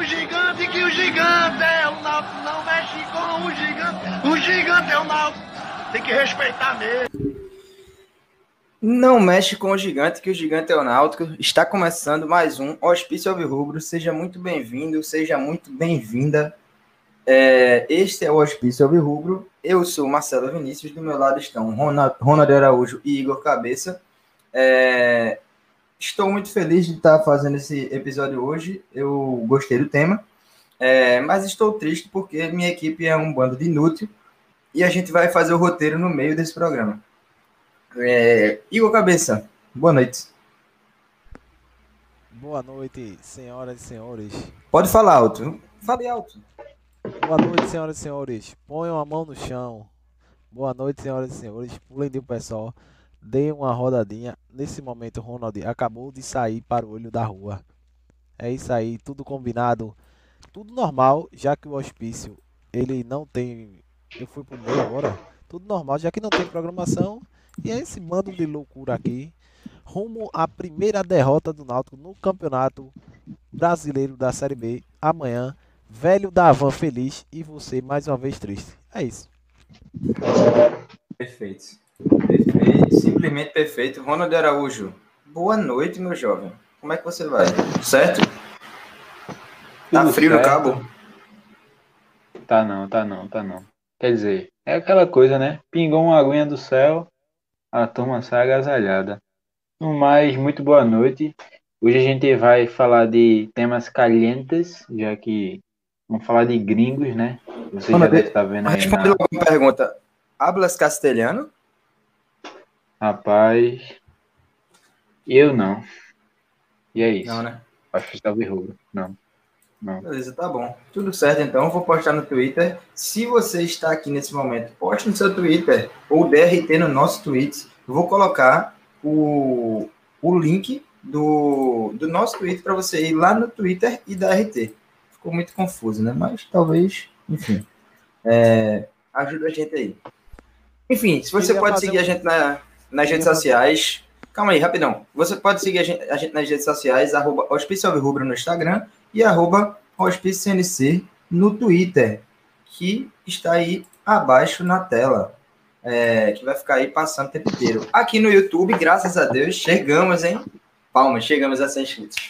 gigante, que o gigante é o Náutico, não mexe com o gigante. O gigante é o Náutico, tem que respeitar mesmo. Não mexe com o gigante, que o gigante é o Náutico. Está começando mais um Hospício Alvirrubro. Seja muito bem-vindo, seja muito bem-vinda. Este é o Hospício Alvirrubro. Eu sou Marcelo Vinícius, do meu lado estão Ronald Araújo e Igor Cabeça. Estou muito feliz de estar fazendo esse episódio hoje. Eu gostei do tema, mas estou triste porque minha equipe é um bando de inútil e a gente vai fazer o roteiro no meio desse programa. Igor Cabeça, boa noite. Boa noite, senhoras e senhores. Pode falar alto. Fale alto. Boa noite, senhoras e senhores. Ponham a mão no chão. Boa noite, senhoras e senhores. Pulem de pessoal. Deem uma rodadinha. Nesse momento, Ronald acabou de sair para o olho da rua. É isso aí, tudo combinado. Tudo normal, já que o hospício, ele não tem... Eu fui pro meio agora. Tudo normal, já que não tem programação. E é esse bando de loucura aqui. Rumo à primeira derrota do Náutico no Campeonato Brasileiro da Série B. Amanhã, velho da Havan feliz e você mais uma vez triste. É isso. Perfeito. Simplesmente perfeito. Ronald Araújo, boa noite, meu jovem. Como é que você vai? Certo? Tá Tudo frio certo. no cabo? Tá não. Quer dizer, é aquela coisa, né? Pingou uma aguinha do céu, a turma sai agasalhada. No mais, muito boa noite. Hoje a gente vai falar de temas calientes, já que vamos falar de gringos, né? Você já deve estar vendo aí Responde logo uma pergunta. Hablas castelhano? Rapaz, eu não. E é isso. Não, né? Acho que está rubro. Não. Beleza, tá bom. Tudo certo, então. Eu vou postar no Twitter. Se você está aqui nesse momento, poste no seu Twitter ou DRT no nosso tweet. Eu vou colocar o link do nosso Twitter para você ir lá no Twitter e da RT. Ficou muito confuso, né? Mas talvez, enfim, ajuda a gente aí. Enfim, se você pode seguir a gente nas redes sociais. Calma aí, rapidão. Você pode seguir a gente nas redes sociais, @hospicioalvirrubro no Instagram e @hospiciocnc no Twitter, que está aí abaixo na tela, que vai ficar aí passando o tempo inteiro. Aqui no YouTube, graças a Deus, chegamos, hein? Palmas, chegamos a 100 inscritos.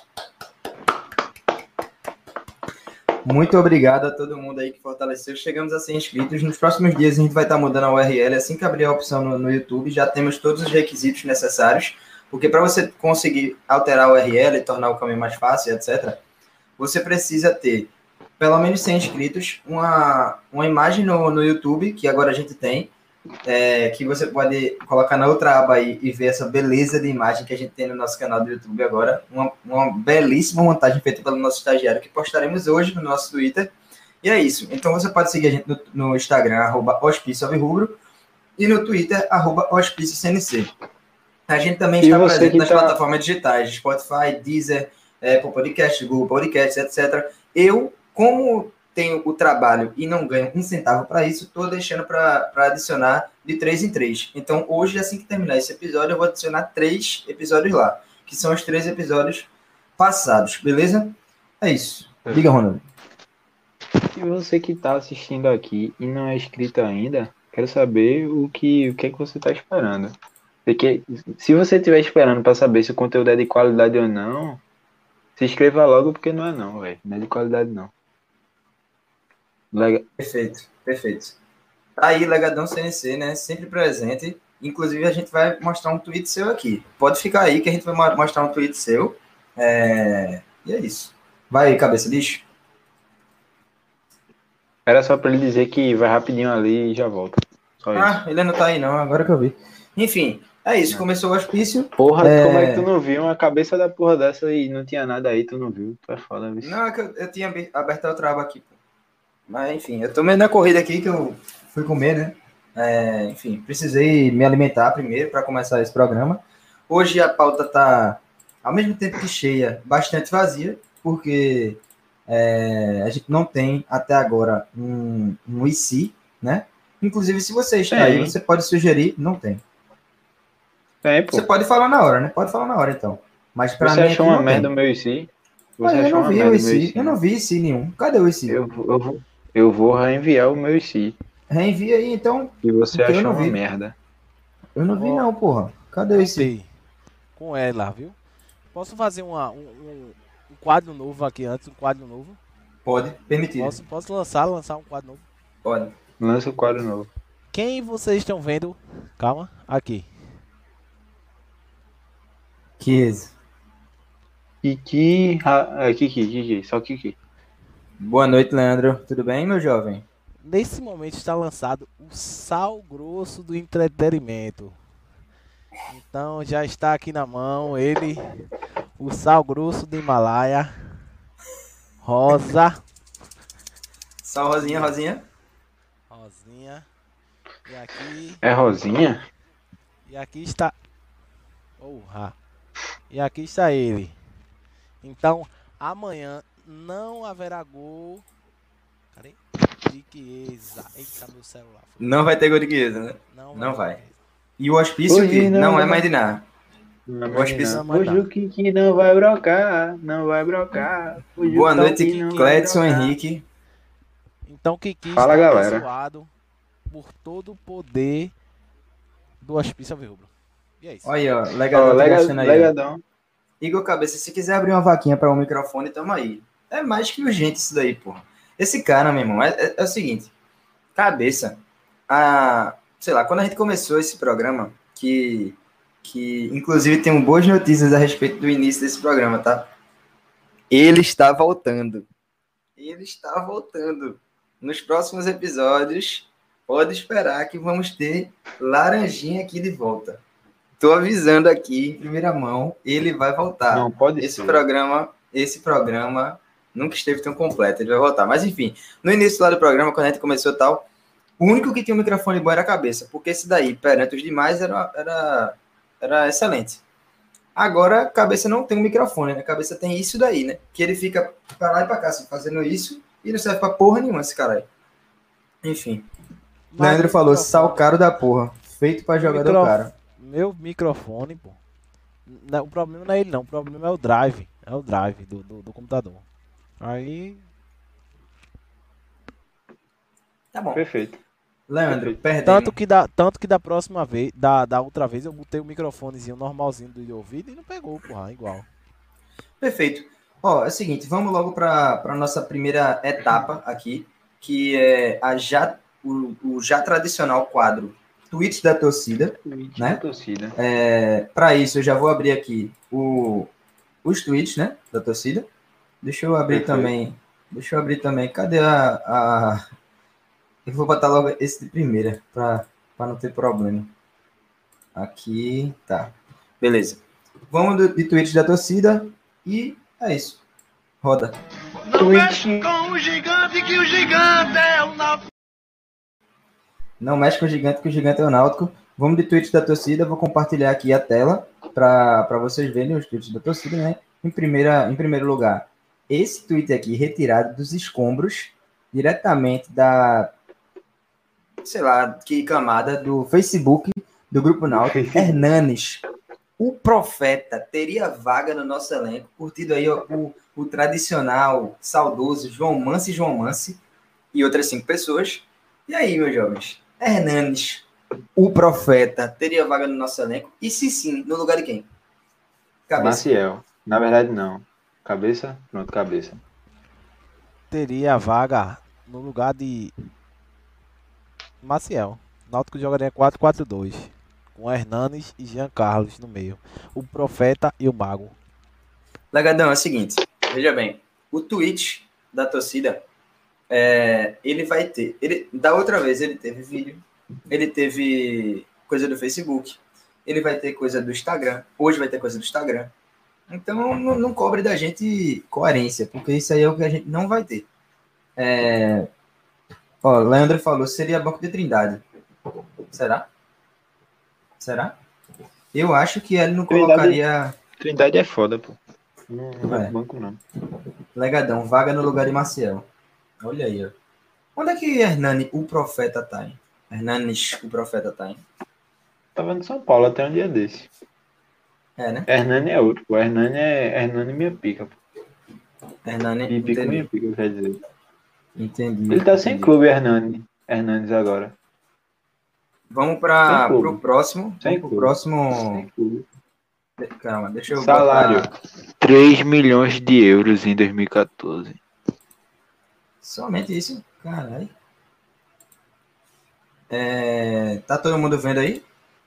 Muito obrigado a todo mundo aí que fortaleceu. Chegamos a 100 inscritos. Nos próximos dias a gente vai estar mudando a URL. Assim que abrir a opção no YouTube, já temos todos os requisitos necessários. Porque para você conseguir alterar a URL e tornar o caminho mais fácil, etc., você precisa ter pelo menos 100 inscritos, uma imagem no YouTube, que agora a gente tem, que você pode colocar na outra aba aí e ver essa beleza de imagem que a gente tem no nosso canal do YouTube agora. Uma belíssima montagem feita pelo nosso estagiário, que postaremos hoje no nosso Twitter. E é isso. Então você pode seguir a gente no Instagram, @hospicioalvirrubro, e no Twitter, @hospiciocnc. A gente também está presente nas plataformas digitais, Spotify, Deezer, Apple Podcast, Google Podcast, etc. Eu, como tenho o trabalho e não ganho um centavo para isso, estou deixando para adicionar de 3 em 3. Então, hoje, assim que terminar esse episódio, eu vou adicionar 3 episódios lá, que são os 3 episódios passados, beleza? É isso. Diga, Ronald. E você que está assistindo aqui e não é inscrito ainda, quero saber o que é que você está esperando. Porque se você estiver esperando para saber se o conteúdo é de qualidade ou não, se inscreva logo, porque não é não, velho. Não é de qualidade, não. Legal. Perfeito. Tá aí, Legadão CNC, né? Sempre presente. Inclusive, a gente vai mostrar um tweet seu aqui. Pode ficar aí que a gente vai mostrar um tweet seu. E é isso. Vai, cabeça lixo. Era só para ele dizer que vai rapidinho ali e já volta. Só isso. Ele não tá aí não, agora que eu vi. Enfim, é isso. Começou o hospício. Porra, como é que tu não viu uma cabeça da porra dessa e não tinha nada aí, tu não viu? Tu é foda, viu? Não, é que eu tinha aberto outra aba aqui, pô. Mas, enfim, eu tô meio na corrida aqui que eu fui comer, né? Enfim, precisei me alimentar primeiro para começar esse programa. Hoje a pauta tá, ao mesmo tempo que cheia, bastante vazia, porque a gente não tem até agora um IC, né? Inclusive, se você está aí, você pode sugerir, não tem. Pô. Você pode falar na hora, né? Pode falar na hora, então. Mas pra você mim achou uma merda o meu IC? Você Eu achou não uma vi merda o o meu IC. IC. Eu não vi IC nenhum. Cadê o IC? Eu vou reenviar o meu IC. Reenvia aí, então. E você Porque eu achou não uma vi. merda. Eu não vi Ó, não, porra. Cadê o IC? botei com ela, viu? Posso fazer um quadro novo aqui antes, um quadro novo? Pode. Permitido. Posso lançar um quadro novo. Pode. Lança o quadro novo. Quem vocês estão vendo? Calma, aqui. Kiz. Kiki, só Kiki. Boa noite, Leandro. Tudo bem, meu jovem? Nesse momento está lançado o sal grosso do entretenimento. Então já está aqui na mão ele, o sal grosso do Himalaia, rosa, Só Rosinha, Rosinha. rosinha. E aqui, É Rosinha? e aqui está, porra. E aqui está ele. Então amanhã não haverá gol. Cadê? De Chiesa. Eita, meu celular. Não vai ter gol de Chiesa, né? Não ter vai. gol de E o hospício Hoje que não não é vai. mais de nada. Não Eu acho que isso- não. Hoje o Kiki não vai brocar. Não vai brocar. Hoje Boa o noite, Kiki não vai Cledson brocar. Henrique. Então Kiki Fala, está galera. abençoado por todo o poder do Hospício Alvirrubro. E é isso. Olha aí, ó. Legadão tá gastando aí. Ó. Legadão. Igor Cabeça, se quiser abrir uma vaquinha para um microfone, tamo aí. É mais que urgente isso daí, porra. Esse cara, meu irmão, é o seguinte. Cabeça, sei lá, quando a gente começou esse programa, que inclusive tem boas notícias a respeito do início desse programa, tá? Ele está voltando. Ele está voltando. Nos próximos episódios, pode esperar que vamos ter Laranjinha aqui de volta. Tô avisando aqui, em primeira mão, ele vai voltar. Não pode Esse ser. programa nunca esteve tão completo, ele vai voltar. Mas enfim, no início lá do programa, quando a gente começou e tal, o único que tinha um microfone bom era a Cabeça, porque esse daí, perante os demais, era excelente. Agora, a Cabeça não tem um microfone, né? A Cabeça tem isso daí, né? Que ele fica pra lá e pra cá, assim, fazendo isso, e não serve pra porra nenhuma esse cara aí. Enfim. Leandro falou, sal caro da porra, feito pra jogador caro. Meu microfone, pô. O problema não é ele não, o problema é o drive. É o drive do computador. Aí. Tá bom. Perfeito. Leandro, perdendo. Tanto que da próxima vez, da outra vez, eu botei o microfonezinho normalzinho do ouvido e não pegou, porra, igual. Perfeito. Ó, é o seguinte, vamos logo para nossa primeira etapa aqui, que é o já tradicional quadro Tweets da Torcida. Tweet né? da torcida. Para isso, eu já vou abrir aqui os tweets, né, da torcida. Deixa eu abrir também. Cadê eu vou botar logo esse de primeira, para não ter problema. Aqui, tá. Beleza. Vamos de tweets da torcida e é isso. Roda. Não mexe com o gigante, que o gigante é o Náutico. Não mexe com o gigante, que o gigante é o Náutico. Vamos de tweets da torcida. Vou compartilhar aqui a tela para vocês verem os tweets da torcida, né? Em primeiro lugar, esse tweet aqui retirado dos escombros, diretamente da, sei lá, que camada do Facebook do Grupo Náutico. Hernanes, o profeta, teria vaga no nosso elenco, curtido aí ó, o tradicional, saudoso João Mansi e outras 5 pessoas. E aí, meus jovens? Hernanes, o profeta, teria vaga no nosso elenco? E se sim, no lugar de quem? Cabeça. Maciel. Na verdade, não. Cabeça? Pronto, Cabeça. Teria vaga no lugar de Maciel. Náutico jogaria 4-4-2. Com Hernanes e Jean Carlos no meio. O profeta e o mago. Legadão, é o seguinte. Veja bem. O tweet da torcida, ele vai ter... da outra vez ele teve vídeo. Ele teve coisa do Facebook. Ele vai ter coisa do Instagram. Hoje vai ter coisa do Instagram. Então, não cobre da gente coerência, porque isso aí é o que a gente não vai ter. Ó, Leandro falou, seria banco de Trindade. Será? Eu acho que ele não colocaria... Trindade é foda, pô. Não é banco, não. Legadão, vaga no lugar de Maciel. Olha aí, ó. Onde é que Hernani, o profeta, tá, hein? Hernanes, o profeta, tá, hein? Tava no São Paulo até um dia desse. Né? Hernani é outro, pô. Hernani minha pica, pô. Hernani, Pipi com entendi. Pico, quer dizer. Entendi. Ele tá sem entendi. clube, Hernandes agora. Vamos Sem para clube. o próximo. Sem Vamos pro clube. próximo. Sem clube. Calma, deixa eu Salário. botar 3 milhões de euros em 2014. somente isso. Caralho. Tá todo mundo vendo aí?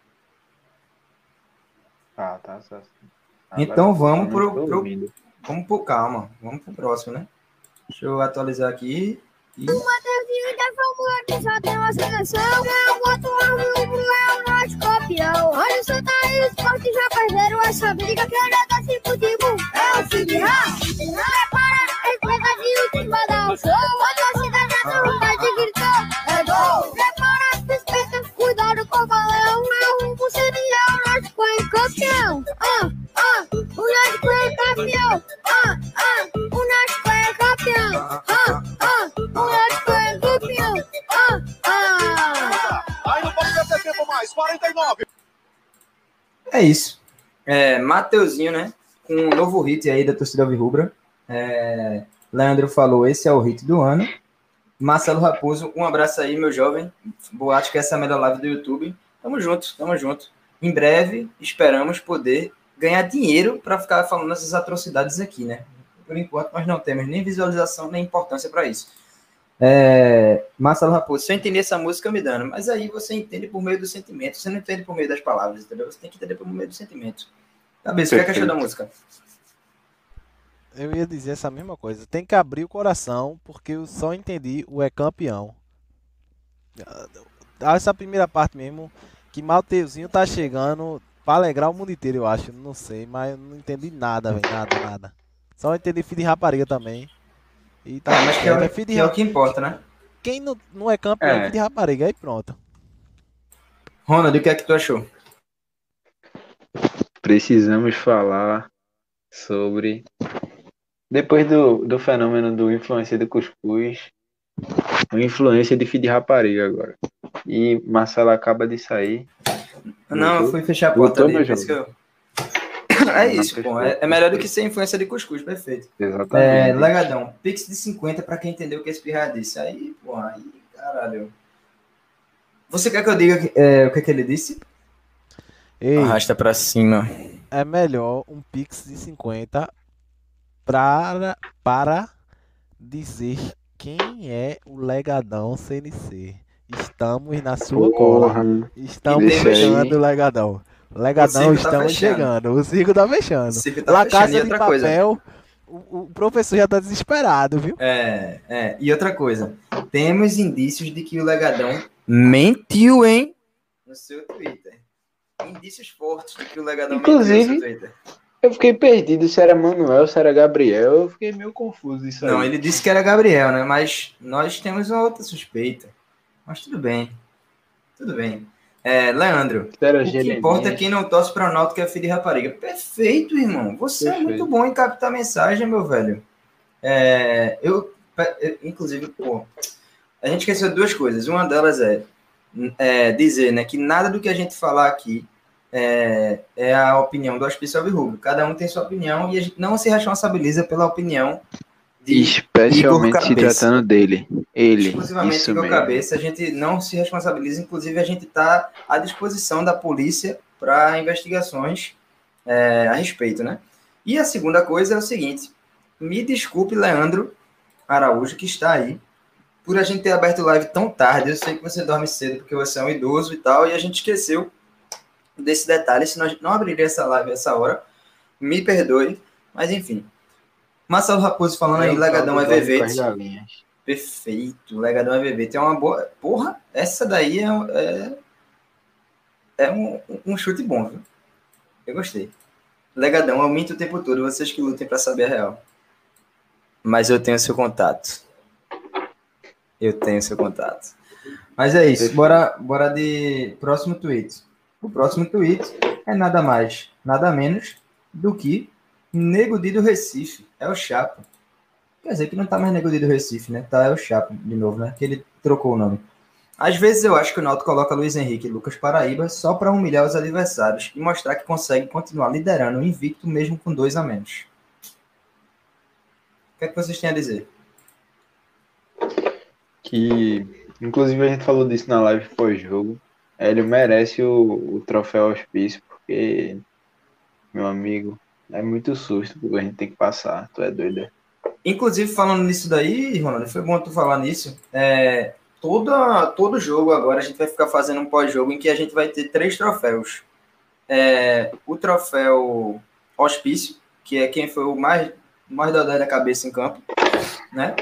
Tá. Então vamos pro... vamos pro calma. Vamos pro próximo, né? Deixa eu atualizar aqui. E... O Mateuzinho da Fórmula que só tem uma seleção. É o motor rubro, é o nosso campeão. Olha o Santa Esporte, já perderam essa briga. Que é desse futebol, é o Cid Prepara, espegadinho que vai dar o show. A torcida já tá vontade gritou, é gol. Prepara, respeita, cuidado com o balão. É o Buceni, é o nosso campeão. O nosso campeão. O nosso campeão. O nosso campeão. Aí não pode perder tempo mais, 49. É isso. Mateuzinho, né? Com um novo hit aí da torcida alvirrubra. Leandro falou, esse é o hit do ano. Marcelo Raposo, um abraço aí, meu jovem. Boate que essa é a melhor live do YouTube. Tamo junto. Em breve, esperamos poder ganhar dinheiro para ficar falando essas atrocidades aqui, né? Por enquanto, nós não temos nem visualização, nem importância para isso. Marcelo Raposo, se eu entender essa música, me dando. Mas aí você entende por meio do sentimento. Você não entende por meio das palavras, entendeu? Você tem que entender por meio do sentimento. Cabeça, o que achou da música? Eu ia dizer essa mesma coisa. Tem que abrir o coração, porque eu só entendi o é campeão. Essa primeira parte mesmo, que Mateuzinho tá chegando pra alegrar o mundo inteiro, eu acho. Não sei, mas eu não entendi nada, velho. Nada. Só entendi filho de rapariga também. E tá Mas que é o que importa, né? Quem não é campeão é filho de rapariga, aí pronto. Ronald, o que é que tu achou? Precisamos falar sobre... Depois do fenômeno do influência do cuscuz, o influência de filho de rapariga agora. E Marcelo acaba de sair. Não, eu fui fechar a porta ali. É isso, pô. É melhor do que ser influência de cuscuz, perfeito. Exatamente. Legadão. Pix de 50 pra quem entendeu o que esse pirra disse. Aí, pô, caralho. Você quer que eu diga o que ele disse? Ei, arrasta pra cima. É melhor um Pix de 50 para dizer quem é o Legadão CNC. Estamos na sua cola. Estamos fechando o Legadão. Legadão, estamos chegando. O circo tá fechando. La Casa de Papel, o professor já tá desesperado, viu? E outra coisa. Temos indícios de que o Legadão mentiu, hein? No seu Twitter. Indícios fortes de que o Legadão mentiu no seu Twitter. Eu fiquei perdido se era Manuel, se era Gabriel. Eu fiquei meio confuso isso aí. Não, ele disse que era Gabriel, né? Mas nós temos uma outra suspeita. Mas tudo bem. Leandro, o que importa é quem não torce para o Náutico, que é filho de rapariga. Perfeito, irmão. Você é muito bom em captar mensagem, meu velho. Inclusive, pô, a gente esqueceu de duas coisas. Uma delas é dizer, né, que nada do que a gente falar aqui é a opinião do Hospício Alvirrubro. Cada um tem sua opinião e a gente não se responsabiliza pela opinião de especialmente se tratando dele. Exclusivamente Igor Cabeça. A gente não se responsabiliza. Inclusive, a gente está à disposição da polícia para investigações a respeito, né? E a segunda coisa é o seguinte. Me desculpe, Leandro Araújo, que está aí, por a gente ter aberto live tão tarde. Eu sei que você dorme cedo porque você é um idoso e tal, e a gente esqueceu desse detalhe, senão a gente não abriria essa live essa hora. Me perdoe, mas enfim. Marcelo Raposo falando aí, Legadão é VV. Perfeito, Legadão é VV. Tem uma boa... Porra, essa daí é um chute bom, viu? Eu gostei. Legadão, eu minto o tempo todo, vocês que lutem pra saber a real. Mas eu tenho seu contato. Mas é isso, bora de próximo tweet. O próximo tweet é nada mais, nada menos do que Nego Di do Recife. É o Chapa. Quer dizer que não tá mais Nego Di do Recife, né? Tá, é o Chapa de novo, né? Que ele trocou o nome. Às vezes eu acho que o Náutico coloca Luiz Henrique e Lucas Paraíba só para humilhar os adversários e mostrar que consegue continuar liderando invicto mesmo com 2 a menos. O que é que vocês têm a dizer? Que, inclusive, a gente falou disso na live pós-jogo. Ele merece o troféu Hospício, porque, meu amigo, é muito susto porque a gente tem que passar. Tu é doido? Inclusive, falando nisso daí, Ronaldo, foi bom tu falar nisso. Todo jogo agora a gente vai ficar fazendo um pós-jogo em que a gente vai ter 3 troféus. O troféu Hospício, que é quem foi o mais dodói da cabeça em campo, né?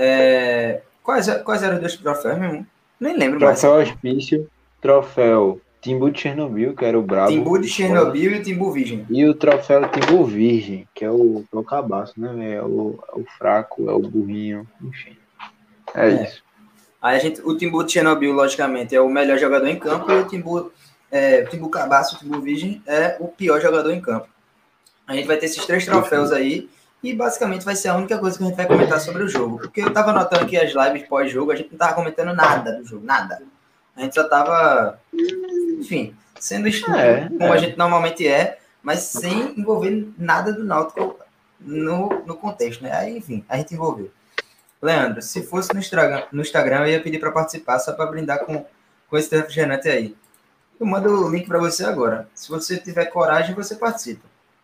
Quais eram os 2 troféus, meu irmão? Nem lembro mais. Troféu Hospício, troféu Timbu de Chernobyl, que era o brabo. Timbu de Chernobyl e o Timbu Virgem. E o troféu Timbu Virgem, que é o cabaço, né? É o fraco, é o burrinho, enfim. É isso. Aí o Timbu de Chernobyl, logicamente, é o melhor jogador em campo, e o Timbu Cabaço, o Timbu Virgem, é o pior jogador em campo. A gente vai ter esses 3 troféus aí, e basicamente vai ser a única coisa que a gente vai comentar sobre o jogo. Porque eu tava notando que as lives pós-jogo, a gente não tava comentando nada do jogo, nada. A gente só tava, enfim, sendo estúpido, como a gente normalmente é, mas sem envolver nada do Náutico no contexto, né? Aí, enfim, a gente envolveu. Leandro, se fosse no Instagram, eu ia pedir para participar, só para brindar com esse refrigerante aí. Eu mando o link para você agora. Se você tiver coragem, você participa.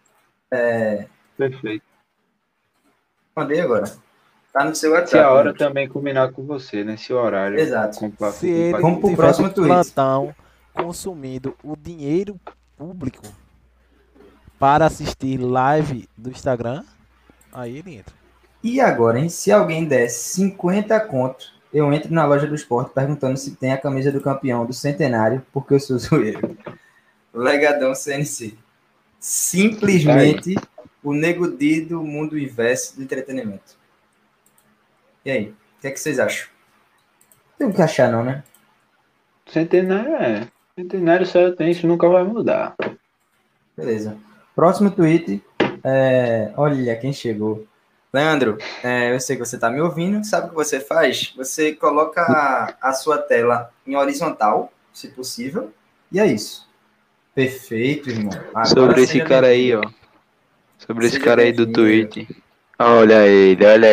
Perfeito. Mandei agora. Tá no seu WhatsApp. Se a hora também combinar com você, né? Se o horário. Exato. Se ele Vamos pro tiver próximo no tweet. plantão consumindo o dinheiro público para assistir live do Instagram, aí ele entra. E agora, hein? Se alguém der 50 conto, eu entro na loja do esporte perguntando se tem a camisa do campeão do centenário, porque eu sou zoeiro. Legadão CNC. Simplesmente o Nego Di do mundo inverso do entretenimento. E aí? O que é que vocês acham? Não tem o que achar, não, né? Centenário só tem, isso nunca vai mudar. Beleza. Próximo tweet. Olha quem chegou. Leandro, eu sei que você está me ouvindo. Sabe o que você faz? Você coloca a sua tela em horizontal, se possível. E é isso. Perfeito, irmão. Agora sobre esse cara aí, ó. Sobre esse cara aí do tweet. Olha ele. Olha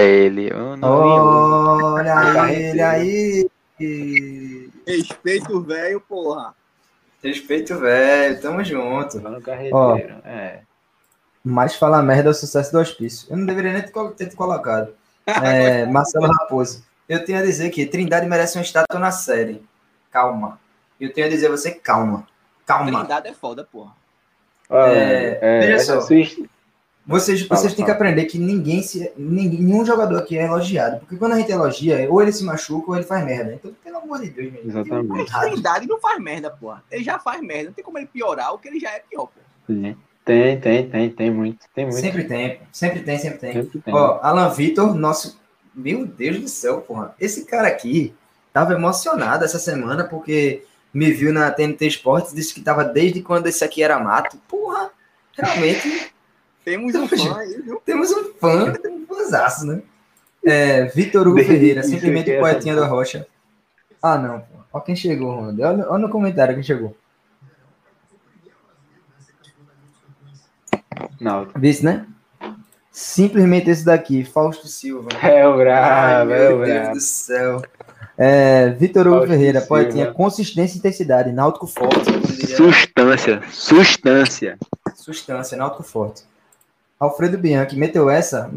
ele aí. Respeito o velho, porra. Respeito, velho. Tamo junto. Tá no carreteiro. Mas falar merda é o sucesso do hospício. Eu não deveria nem ter te colocado. Marcelo Raposo. Eu tenho a dizer que Trindade merece uma estátua na série. Calma. Eu tenho a dizer a você, calma. Trindade é foda, porra. Veja só. Vocês têm que aprender que nenhum jogador aqui é elogiado. Porque quando a gente elogia, ou ele se machuca ou ele faz merda. Então, pelo amor de Deus, meu. Exatamente. Mas Trindade não faz merda, porra. Ele já faz merda. Não tem como ele piorar o que ele já é pior, porra. Tem muito. Sempre tem. Ó, Alan Vitor, nosso... Meu Deus do céu, porra. Esse cara aqui tava emocionado essa semana porque me viu na TNT Esportes, disse que tava desde quando esse aqui era mato. Porra, realmente... Temos um fã aí, viu? Temos um fãzaço, né? Vitor Hugo Ferreira, simplesmente poetinha da Rocha. Ah, não, pô. Ó quem chegou, Ronaldo. Olha no comentário quem chegou. Não. Vice, né? Simplesmente esse daqui, Fausto Silva. É o brabo, Meu Deus do céu. Vitor Hugo Ferreira, poetinha, consistência e intensidade, Náutico forte. Substância, Náutico forte. Alfredo Bianchi, meteu essa?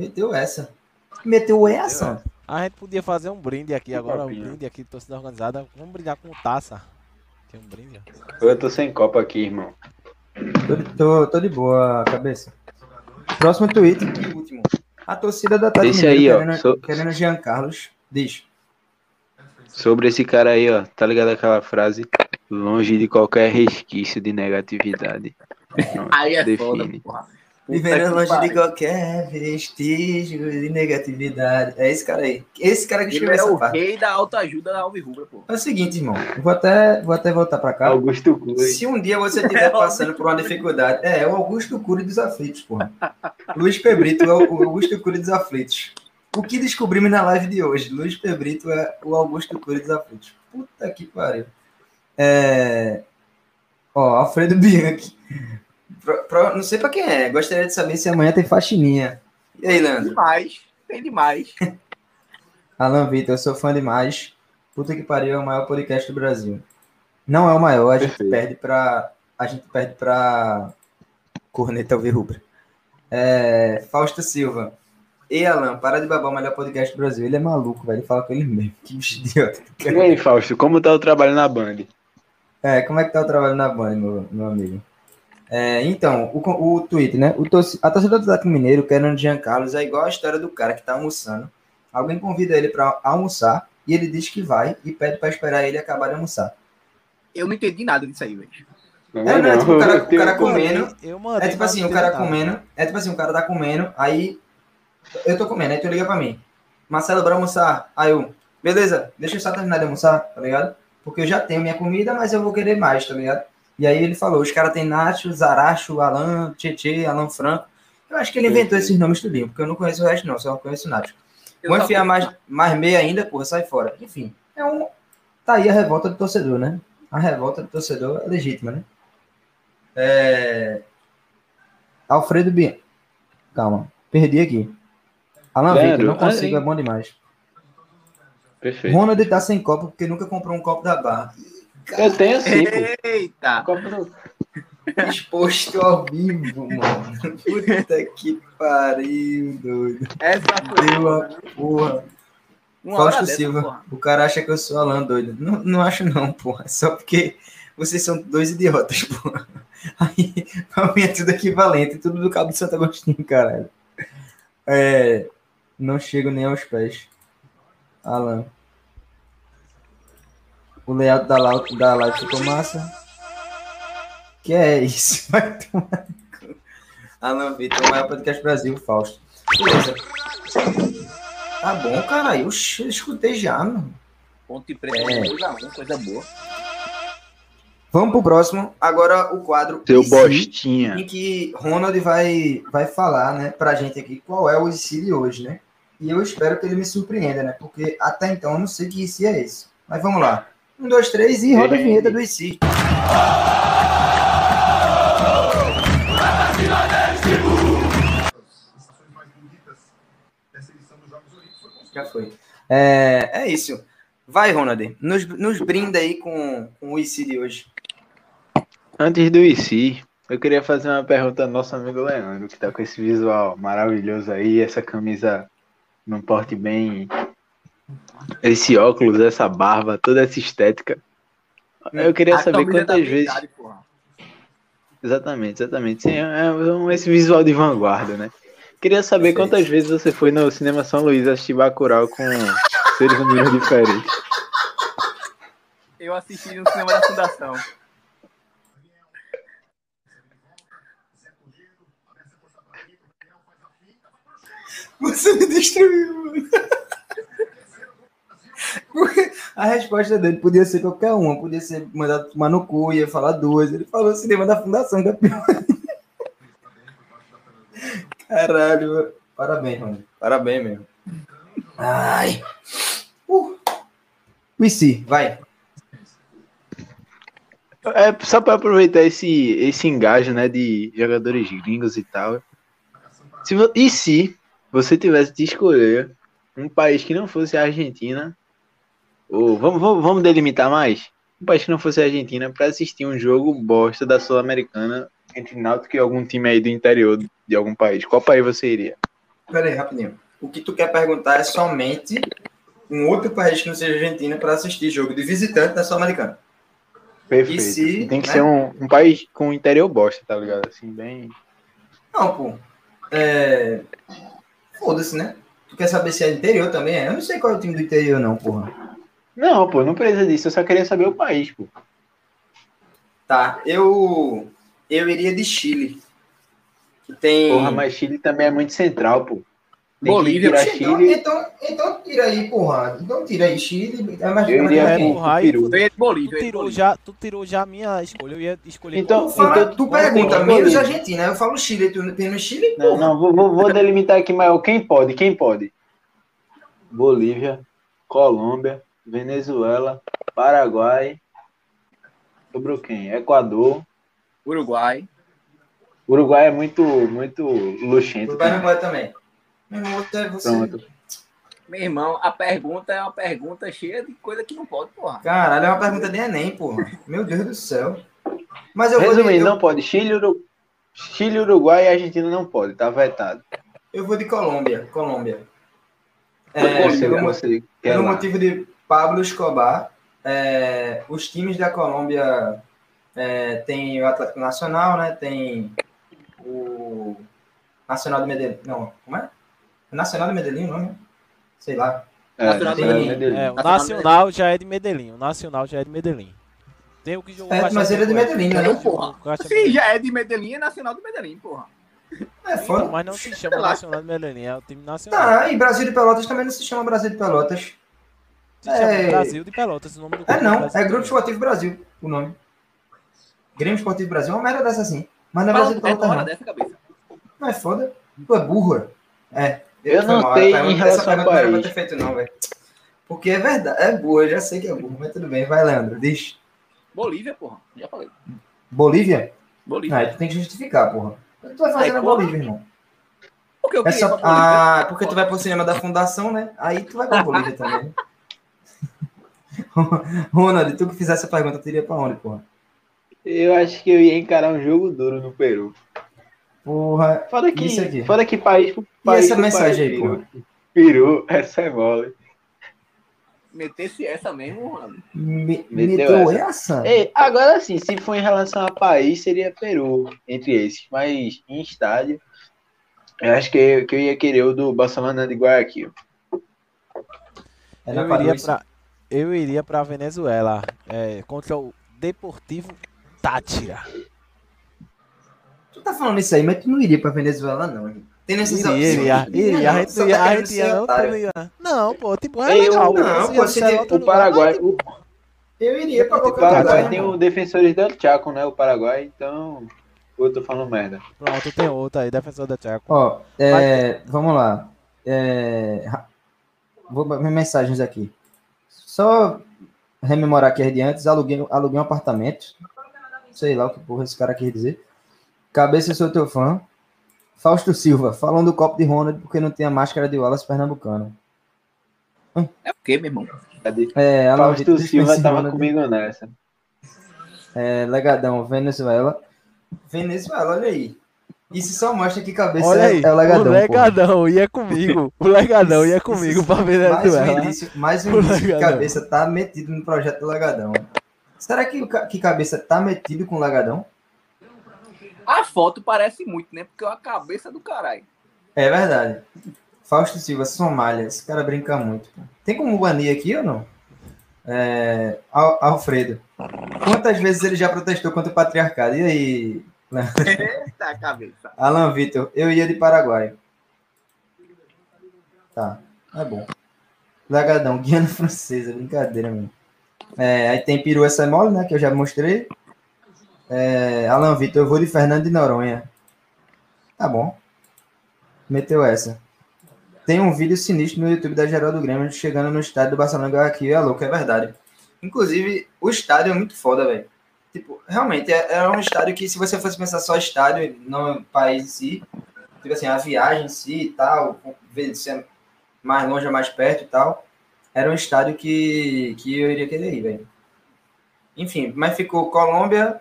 A gente podia fazer um brinde aqui agora, um brinde aqui, torcida organizada. Vamos brindar com taça. Tem um brinde? Eu tô sem copo aqui, irmão. Tô de boa, cabeça. Próximo tweet e último. A torcida da Tati esse aí, ó, querendo Jean Carlos. Diz. Sobre esse cara aí, ó, tá ligado aquela frase? Longe de qualquer resquício de negatividade. Não, Aí é define. foda, porra. Vivendo longe de qualquer vestígio de negatividade. É esse cara aí. Esse cara que Ele escreveu é essa o parte. rei da autoajuda da Alvirrubra, pô. É o seguinte, irmão. Eu vou até voltar pra cá. Augusto Cury. Se um dia você estiver passando por uma dificuldade... É o Augusto Cury dos aflitos, porra. Luiz Pebrito é o Augusto Cury dos aflitos. O que descobrimos na live de hoje? Luiz Pebrito é o Augusto Cury dos aflitos. Puta que pariu. Alfredo Bianchi. Não sei pra quem é. Gostaria de saber se amanhã tem faxininha. E aí, Leandro? Demais. Tem demais. Alan Vitor, eu sou fã demais. Puta que pariu, é o maior podcast do Brasil. Não é o maior, a gente Perfeito. perde pra Corneta Alvirrubra. Fausto Silva. Ei, Alan, para de babar o melhor podcast do Brasil. Ele é maluco, velho. Ele fala com ele mesmo. Que bicho idiota. E aí, Fausto, como tá o trabalho na Band? Como é que tá o trabalho na Band, meu amigo? Então, o tweet, né? A torcida do Atlético Mineiro, querendo Jean Carlos, é igual a história do cara que tá almoçando. Alguém convida ele pra almoçar e ele diz que vai e pede pra esperar ele acabar de almoçar. Eu não entendi nada disso aí, velho. Não é tipo o cara comendo. Eu mandei, É tipo mas assim, não o cara teve nada. comendo. É tipo assim, o cara tá comendo, aí eu tô comendo, aí tu liga pra mim. Marcelo, bora almoçar. Aí eu, beleza, deixa eu só terminar de almoçar, tá ligado? Porque eu já tenho minha comida, mas eu vou querer mais, tá ligado? E aí ele falou, os caras tem Nacho, Zaracho, Alan, Tietê, Alan Franco. Eu acho que ele inventou esses nomes tudinho, porque eu não conheço o resto não, só conheço o Nacho. Vou enfiar mais meia ainda, porra, sai fora. Enfim, tá aí a revolta do torcedor, né? A revolta do torcedor é legítima, né? Alfredo Bian. Calma, perdi aqui. Alan Vitor, não consigo, é bom demais. Perfeito. Ronald tá sem copo porque nunca comprou um copo da Barra. Eu tenho sim, pô. Eita! Copo do- Exposto ao vivo, mano. Puta que pariu, doido. Essa foi Deu a porra. uma hora Fausto dessa, Silva, porra. o cara acha que eu sou Alan, doido. Não acho não, porra. Só porque vocês são dois idiotas, porra. Aí, pra mim é tudo equivalente. Tudo do Cabo de Santo Agostinho, caralho. Não chego nem aos pés. Alan. O layout da live ficou massa. Que é isso? Vai tomar no cu. Alan Vitor, o maior podcast Brasil, Fausto. Beleza. Tá bom, cara. Eu escutei já, mano. Ponte Preta, 2-1, coisa boa. Vamos pro próximo. Agora o quadro Seu IC, bostinha. em que Ronald vai falar, né, pra gente aqui qual é o IC de hoje, né? E eu espero que ele me surpreenda, né? Porque até então eu não sei que IC é esse. Mas vamos lá. 1, 2, 3 e roda a vinheta do IC. Já foi. É isso. Vai, Ronald. Nos brinda aí com o IC de hoje. Antes do IC, eu queria fazer uma pergunta ao nosso amigo Leandro, que tá com esse visual maravilhoso aí, essa camisa num porte bem... Esse óculos, essa barba, toda essa estética. Eu queria saber quantas vezes... Porra. Exatamente. Sim, esse visual de vanguarda, né? Queria saber quantas vezes você foi no Cinema São Luís assistir Bacurau com seres humanos diferentes. Eu assisti no cinema da Fundação. Você me destruiu, mano. A resposta dele podia ser qualquer uma. Podia ser mandado tomar no cu, ia falar duas. Ele falou cinema da Fundação, que é pior. Caralho. Parabéns, mano. Parabéns mesmo. Ai. IC, vai. Só para aproveitar esse engajo, né, de jogadores gringos e tal. E se você tivesse de escolher um país que não fosse a Argentina, ou vamos delimitar mais? Um país que não fosse a Argentina para assistir um jogo bosta da Sul-Americana entre Náutico e algum time aí do interior de algum país. Qual país você iria? Pera aí, rapidinho. O que tu quer perguntar é somente um outro país que não seja Argentina para assistir jogo de visitante da Sul-Americana. Perfeito. E se, tem que né? ser um país com interior bosta, tá ligado? Assim, bem... Não, pô. Foda-se, né? Tu quer saber se é interior também? Eu não sei qual é o time do interior, não, porra. Não, pô, não precisa disso. Eu só queria saber o país, pô. Tá, eu iria de Chile. Que tem... Porra, mas Chile também é muito central, pô. Tem Bolívia, que tirar Chile. Então tira aí, porra. Então tira aí Chile. É mais Eu iria quem? porra, aí Peru. Eu ia de Bolívia. Tu tirou já a minha escolha. Eu ia escolher. Então, Tu pergunta tem menos Bolívia. Argentina. Eu falo Chile. Tu tem no Chile, Não, porra. vou delimitar aqui, mas quem pode? Bolívia, Colômbia, Venezuela, Paraguai, sobrou quem? Equador. Uruguai. Uruguai é muito luxento. Uruguai não pode também. Meu irmão, você... Pronto. Meu irmão, a pergunta é uma pergunta cheia de coisa que não pode, porra. Caralho, é uma pergunta de Enem, porra. Meu Deus do céu. Mas eu vou... Resumindo, não pode. Chile, Uruguai e Argentina não pode, tá vetado. Eu vou de Colômbia. Pelo motivo de Pablo Escobar, os times da Colômbia tem o Atlético Nacional, né? Tem o Nacional de Medellín. Não, como é? Nacional de Medellín, não, né? Sei lá. Nacional de É, o Nacional já é de Medellín. Tem o que jogou mas ele é de Medellín, né? Não, porra. Sim, já é de Medellín, é Nacional de Medellín, porra. É foda. Mas não se chama Nacional de Medellín, é o time nacional. Tá, e Brasil de Pelotas também não se chama Brasil de Pelotas. Se chama Brasil de Pelotas, o nome do clube Não, Brasil é Grupo de Esportivo Brasil, o nome. Grêmio Esportivo Brasil é uma merda dessa assim. Mas não é Brasil de Pelotas, não. Dessa cabeça. Não é foda. Tu é burro. Eu não sei em relação ao Não era pra país. ter feito, não, velho. Porque é verdade, é burro, eu já sei que é burro, mas tudo bem. Vai, Leandro, diz. Bolívia, porra. Já falei. Bolívia? Bolívia. Aí tu tem que justificar, porra. O que tu vai fazer na porra. Bolívia, irmão? Porque eu É queria só... ir pra Bolívia. porque tu vai pro cinema da fundação, né? Aí tu vai pra Bolívia também. Ronald, tu que fizesse essa pergunta, tu iria pra onde, porra? Eu acho que eu ia encarar um jogo duro no Peru. Porra, isso aqui. Fora que país pro E país. essa pro mensagem país, aí, porra? Peru, essa é mole. Metesse essa mesmo, mano. Meteu essa? Ei, agora sim, se for em relação a país, seria Peru, entre esses. Mas em estádio, eu acho que eu ia querer o do Barcelona de Guayaquil. Eu iria pra Venezuela, contra o Deportivo Táchira. Tu tá falando isso aí, mas tu não iria pra Venezuela, não, gente. Tem necessidade. Iria. A gente ia. Não, pô, tipo, é legal. O Paraguai. Eu iria pra O qualquer Paraguai lugar. tem o Defensores del Chaco, né? O Paraguai, então. Eu tô falando merda. Pronto, tem outro aí, Defensor del Chaco. Ó, vamos lá. Vou ver mensagens aqui. Só rememorar aqui as de antes. Aluguei um apartamento. Sei lá o que porra esse cara quer dizer. Cabeça, eu sou teu fã. Fausto Silva, falando do copo de Ronald porque não tem a máscara de Wallace pernambucano. É o quê, meu irmão? Fausto Silva tava comigo nessa. Legadão, Venezuela. Venezuela, olha aí. Isso só mostra que cabeça Olha aí, é o Legadão. O Legadão ia comigo. O Legadão ia comigo pra Venezuela. Mais um indício que cabeça tá metido no projeto do Legadão. Será que cabeça tá metido com o Legadão? A foto parece muito, né? Porque é a cabeça do caralho. É verdade. Fausto Silva, Somália. Esse cara brinca muito. Tem como banir aqui ou não? Alfredo. Quantas vezes ele já protestou contra o patriarcado? E aí? Eita, cabeça. Alan Vitor, eu ia de Paraguai. Tá, é bom. Legadão, Guiana Francesa, brincadeira, mano. Aí tem Peru, essa é mole, né? Que eu já mostrei. Alan Vitor, eu vou de Fernando de Noronha. Tá bom. Meteu essa. Tem um vídeo sinistro no YouTube da Geraldo Grêmio chegando no estádio do Barcelona aqui, é louco, é verdade. Inclusive, o estádio é muito foda, velho. Tipo, realmente, é um estádio que, se você fosse pensar só estádio, não país em si, tipo assim, a viagem em si e tal, ver se é mais longe ou mais perto e tal, era um estádio que eu iria querer ir, velho. Enfim, mas ficou Colômbia.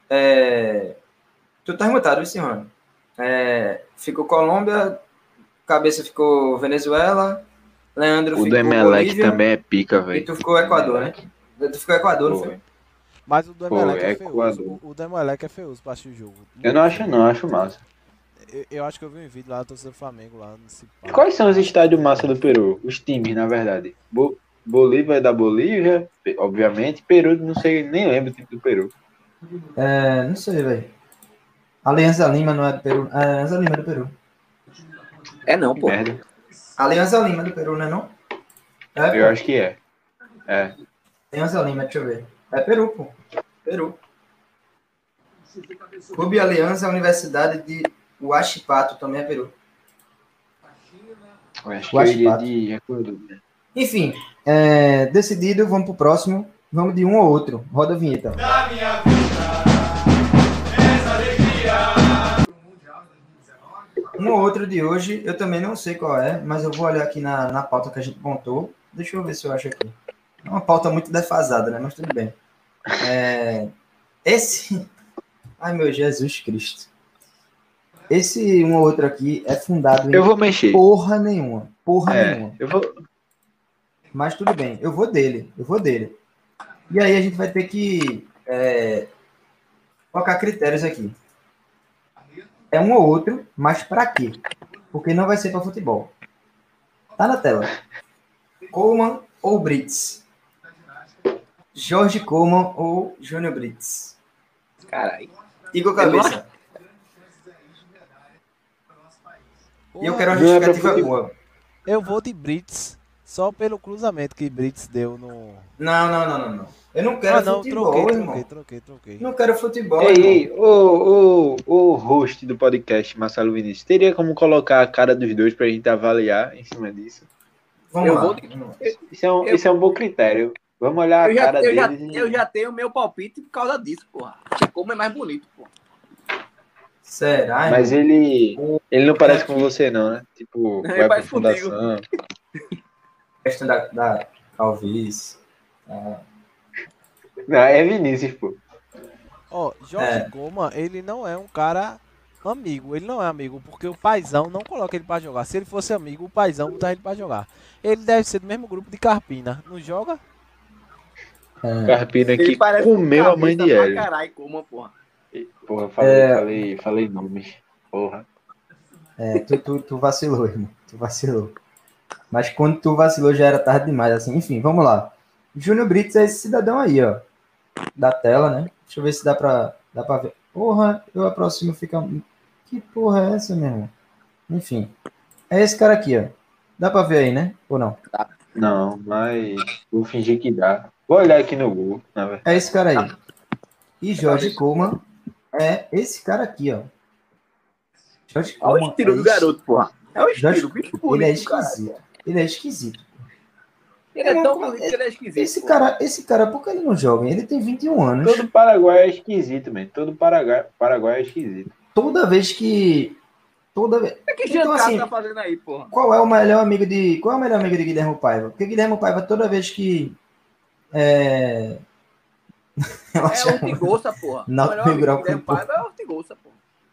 Tu tá remutado, esse ano. Ficou Colômbia, cabeça ficou Venezuela, Leandro o ficou do Emelec Bolívia, também é pica, e velho. tu ficou Equador, né? Tu ficou Equador, não foi? Mas o do Emelec é Equador. feioso. O do Emelec é feioso pra assistir o jogo. Eu não acho não, acho massa. Eu acho que eu vi um vídeo lá do torcedor do Flamengo lá nesse parque. Quais são os estádios massa do Peru? Os times, na verdade. Bolívia é da Bolívia, obviamente. Peru, não sei, nem lembro o time do Peru. Não sei, velho. Alianza Lima não é do Peru. Alianza Lima é do Peru. Não, pô. Merda. Alianza Lima é do Peru, não é não? Eu acho que é. Alianza Lima, deixa eu ver. É Peru, pô. Peru. Clube Aliança, Universidade de Huachipato, também é Peru. Eu acho que eu iria de Equador. Enfim, decidido, vamos pro próximo. Vamos de um ou outro. Roda a vinheta. Da minha vida, essa alegria. Um ou outro de hoje, eu também não sei qual é, mas eu vou olhar aqui na pauta que a gente montou. Deixa eu ver se eu acho aqui. É uma pauta muito defasada, né? Mas tudo bem. Esse... Ai, meu Jesus Cristo. Esse um ou outro aqui é fundado Eu em vou mexer. porra nenhuma. Porra nenhuma. Eu vou. Mas tudo bem, eu vou dele. E aí a gente vai ter que colocar critérios aqui. É um ou outro, mas para quê? Porque não vai ser para futebol. Tá na tela. Coleman ou Brits? Jorge Coleman ou Júnior Brits? Caralho. Igor Cabeça. E eu quero uma justificativa boa. Eu vou de Brits, só pelo cruzamento que Brits deu no... Não. Eu não quero futebol, irmão. Troquei. Não quero futebol, Ei, o host do podcast, Marcelo Vinícius, teria como colocar a cara dos dois pra gente avaliar em cima disso? Vamos lá. Isso é um bom critério. Vamos olhar a cara deles. Eu já tenho o meu palpite por causa disso, porra. Como é mais bonito, porra. Será? Mas ele não parece com você, não, né? Tipo, vai pra parece fundação. Questão da calvície. Não, é Vinícius, pô. Ó, Jorge Coleman, ele não é um cara amigo. Ele não é amigo, porque o paizão não coloca ele pra jogar. Se ele fosse amigo, o paizão botar ele pra jogar. Ele deve ser do mesmo grupo de Carpina. Não joga? Carpina que comeu a mãe de Hélio. Caralho, como, porra. Porra, falei nomes. Porra. Tu vacilou, irmão. Tu vacilou. Mas quando tu vacilou já era tarde demais, assim. Enfim, vamos lá. Júnior Brits é esse cidadão aí, ó. Da tela, né? Deixa eu ver se dá pra ver. Porra, eu aproximo, fica... Que porra é essa, meu irmão? Enfim. É esse cara aqui, ó. Dá pra ver aí, né? Ou não? Não, mas vou fingir que dá. Vou olhar aqui no Google, na verdade. É esse cara aí. E Jorge Coleman é esse cara aqui, ó. Jorge Olha Coleman. o estilo do garoto, porra. É o estilo, bicho bonito. Ele é esquisito. Ele é esquisito. Ele é tão bonito que ele é esquisito. Esse cara, por que ele não joga? Ele tem 21 anos. Todo Paraguai é esquisito, mesmo. Todo Paraguai é esquisito. Toda vez que... É que Então, Giancarlo assim, tá fazendo aí, porra? Qual é o melhor amigo de Guilherme Paiva? Porque Guilherme Paiva, toda vez que... É Ortigosa, porra. Não, O melhor amigo grau do Guilherme Paiva é Ortigosa, porra.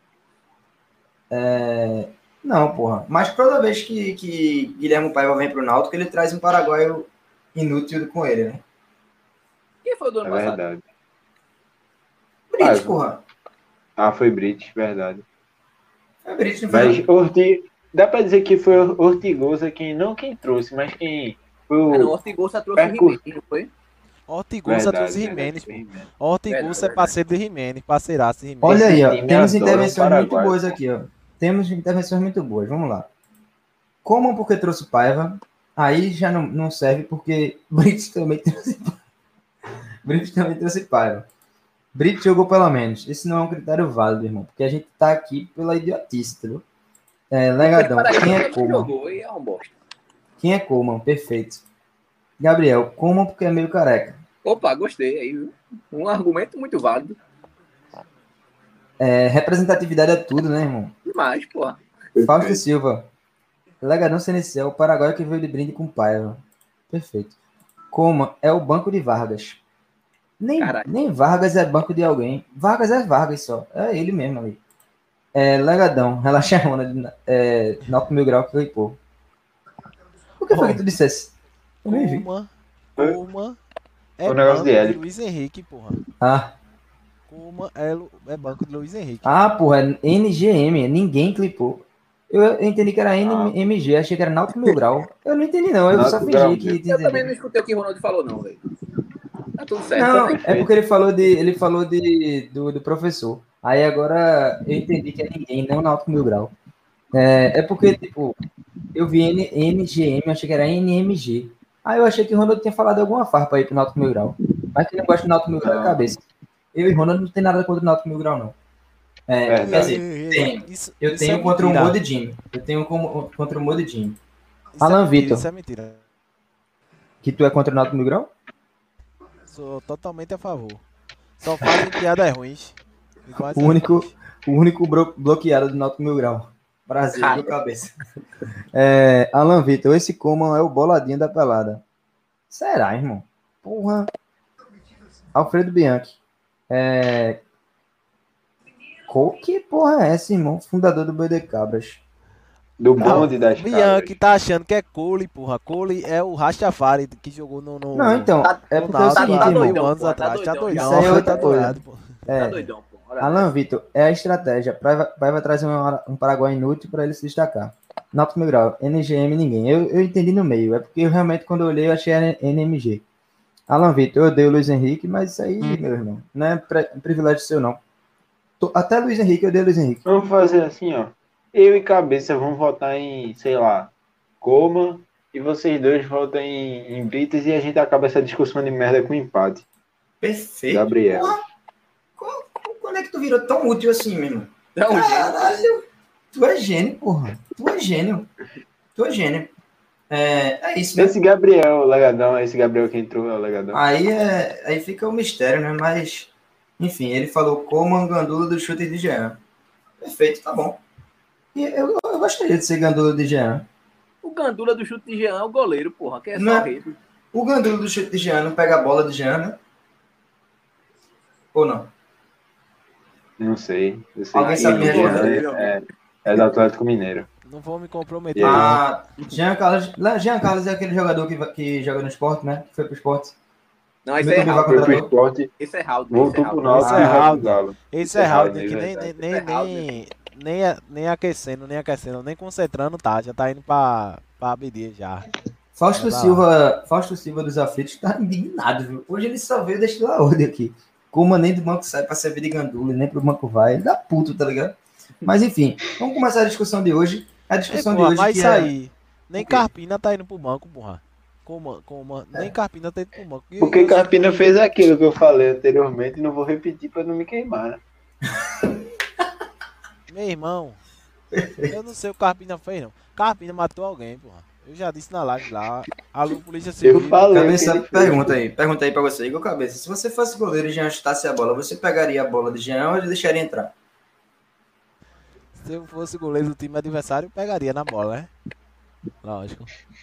Não, porra. Mas toda vez que Guilherme Paiva vem pro Náutico, ele traz um paraguaio inútil com ele, né? Quem foi o do ano É passado? verdade. Brits, porra. Ah, foi Brits, verdade. É Brits, não foi Mas dá pra dizer que foi Ortigosa quem trouxe, mas quem foi o... Não, Ortigosa trouxe o Ribeiro, não foi? Ortigosa trouxe Jimenez, pô. Ortigosa é parceiro de Jimenez, parceiraço de Jimenez. Olha aí, ó. time Temos adora intervenções o muito Paraguai, boas pô. aqui, ó. Temos intervenções muito boas. Vamos lá. Como porque trouxe Paiva? Aí já não serve porque Brits também trouxe Paiva. Brits jogou pelo menos. Esse não é um critério válido, irmão. Porque a gente tá aqui pela idiotice, entendeu? Legadão. Quem é Coleman? Jogou e é um bosta. Quem é Coleman? Perfeito. Gabriel, Coleman porque é meio careca. Opa, gostei aí, viu? Um argumento muito válido. Representatividade é tudo, né, irmão? Demais, porra. Fausto Silva. Legadão Senecel, o Paraguai que veio de brinde com Paiva. Perfeito. Coleman é o banco de Vargas. Nem Vargas é banco de alguém. Vargas é Vargas só. É ele mesmo ali. Legadão, relaxa a onda. Náutico Mil Grau que foi, pô. O que foi que tu dissesse? Eu nem vi. Coleman é O negócio banco de de Hélio. Luiz Henrique, porra. Ah. Coleman é banco de Luiz Henrique. Ah, porra, é NGM. Ninguém clipou. Eu entendi que era NMG, achei que era Náutico Mil Grau. Eu não entendi, não. Eu só fingi que Eu também não escutei o que o Ronaldo falou, não, velho. Tá tudo certo. Não, também. é porque ele falou do professor. Aí agora eu entendi que é ninguém, não Náutico Mil Grau. É porque, tipo, eu vi NGM, eu achei que era NMG. Aí eu achei que o Ronaldo tinha falado alguma farpa aí pro Náutico Mil Grau. Mas quem não gosta do Náutico Mil Grau é a cabeça. Eu e Ronaldo não tem nada contra o Náutico Mil Grau, não. Quer dizer, eu tenho contra o Mod Jim. Eu tenho contra o Mod Jim. Alan Vitor. Isso é mentira. Que tu é contra o Náutico Mil Grau? Sou totalmente a favor. Só fazem piadas ruins. O único bloqueado do Náutico Mil Grau. Brasil, Cara. do cabeça. Alan Vitor, esse Coman é o boladinho da pelada. Será, irmão? Porra. Alfredo Bianchi. Que porra é essa, irmão? Fundador do Boi de Cabras. Do bonde das Bianchi cabras. tá achando que é Cole, porra. Cole é o Rastafari que jogou no Não, então, é no porque é o Náutico seguinte, há irmão. 2 anos pô, atrás. Tá doidão. Isso aí é outra tá coisa. doidado, pô. Tá doidão, pô. Olha Alan Vitor, é a estratégia. Vai trazer um Paraguai inútil para ele se destacar. Náutico Mil Grau, NGM ninguém. Eu entendi no meio. É porque eu realmente, quando eu olhei, eu achei NMG. Alan Vitor, eu odeio o Luiz Henrique, mas isso aí, meu irmão, não é privilégio seu, não. Até Luiz Henrique, eu odeio Luiz Henrique. Vamos fazer assim, ó. Eu e Cabeça vamos votar em, sei lá, Coma, e vocês dois votam em Brites e a gente acaba essa discussão de merda com empate. Perfeito. Gabriel. Porra, quando é que tu virou tão útil assim, meu irmão? Não, Caralho, tu é gênio, porra. Tu é gênio. É isso, né? Esse Gabriel, o Legadão, esse Gabriel que entrou é o Legadão. Aí fica o mistério, né? Mas, enfim, ele falou como Gandula do chute de Jean. Perfeito, tá bom. E eu gostaria de ser Gandula de Jean. O Gandula do chute de Jean é o goleiro, porra, que é Não só é? rede. O Gandula do chute de Jean não pega a bola de Jean, né? Ou não? Não sei. Eu sei Alguém que sabe me o Jean responder? é do Atlético Mineiro. Não vou me comprometer. Jean Carlos é aquele jogador que joga no esporte, né? Que foi pro esporte. Não, esse é Muito bem, Raul. Foi pro esporte, Esse é Raul. voltou pro Esse Náutico é e vai pro Raul. Galo. Esse é Raul, que verdade. nem aquecendo, nem concentrando, tá. Já tá indo pra Abdias já. Fausto Silva dos Aflitos tá indignado, viu? Hoje ele só veio destilar ordem aqui. Como nem do banco sai pra servir de gandula, nem pro banco vai. Ele dá puto, tá ligado? Mas enfim, vamos começar a discussão de hoje. A discussão de hoje Mas que isso aí, nem O quê? Carpina tá indo pro banco, porra. Nem Carpina tá indo pro banco. Porque Carpina fez aquilo que eu falei anteriormente e não vou repetir pra não me queimar, né? Meu irmão, eu não sei o que o Carpina fez, não. Carpina matou alguém, porra. Eu já disse na live lá. Alô, Polícia Civil. Eu falei. Cabeça, que ele fez. pergunta aí pra você, Igor Cabeça. Se você fosse goleiro e Jean chutasse a bola, você pegaria a bola de Jean ou ele deixaria entrar? Se eu fosse goleiro do time adversário, eu pegaria na bola, né? Lógico.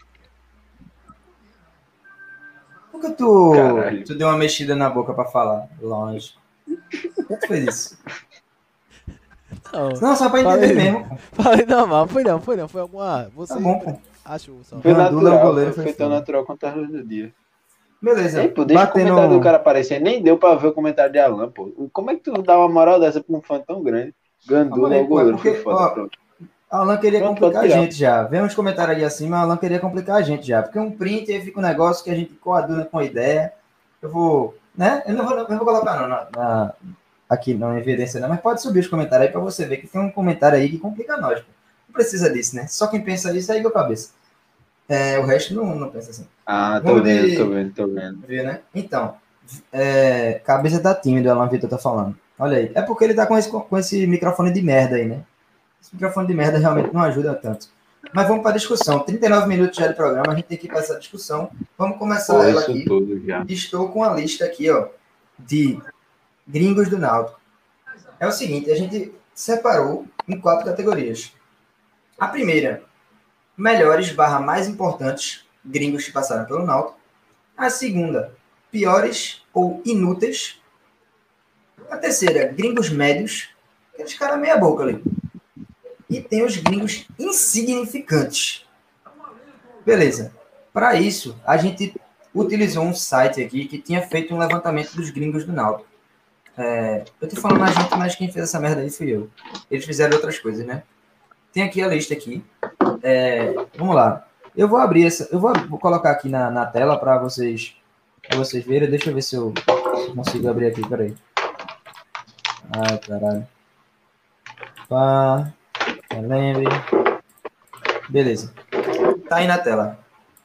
Por que tu Caralho. deu uma mexida na boca pra falar? Lógico. Por que tu fez isso? Não, Não, só pra entender mesmo. falei normal, foi não. Foi alguma. Você Tá bom, pô. achou só. Foi Gandula, natural, o goleiro foi foi tão foda. natural quanto a luz do dia. Beleza. Ei, pô, deixa o comentário do cara aparecer. Nem deu pra ver o comentário de Alan, pô. Como é que tu dá uma moral dessa pra um fã tão grande? Gandula Calma é aí, o pô, é goleiro, porque, foi foda, ó, pronto. Alan queria Pronto, complicar a pode tirar. gente já. Vem uns comentários aí acima, Alan queria complicar a gente já. Porque um print aí fica um negócio que a gente coaduna com a ideia. Eu vou, né? Eu não vou colocar não, aqui não em evidência não, mas pode subir os comentários aí pra você ver que tem um comentário aí que complica nós, pô. Não precisa disso, né? Só quem pensa isso é Igor Cabeça. O resto não pensa assim. Ah, tô Vamos vendo, de- tô vendo. Viu, né? Então, cabeça tá tímido, Alan Vitor tá falando. Olha aí. É porque ele tá com esse microfone de merda aí, né? Esse microfone de merda realmente não ajuda tanto. Mas vamos para a discussão. 39 minutos já de programa, a gente tem que ir para essa discussão. Vamos começar Foi ela isso aqui. tudo já. Estou com a lista aqui, ó, de gringos do Náutico. É o seguinte, a gente separou em 4 categorias. A primeira, melhores / mais importantes gringos que passaram pelo Náutico. A segunda, piores ou inúteis. A terceira, gringos médios. Aqueles caras meia boca ali. E tem os gringos insignificantes. Beleza. Para isso, a gente utilizou um site aqui que tinha feito um levantamento dos gringos do Náutico. Eu tô falando a gente, mas quem fez essa merda aí fui eu. Eles fizeram outras coisas, né? Tem aqui a lista aqui. Vamos lá. Eu vou abrir essa. Vou colocar aqui na tela para vocês verem. Deixa eu ver se eu consigo abrir aqui. Peraí. Ai, caralho. Lembre. Beleza. Tá aí na tela.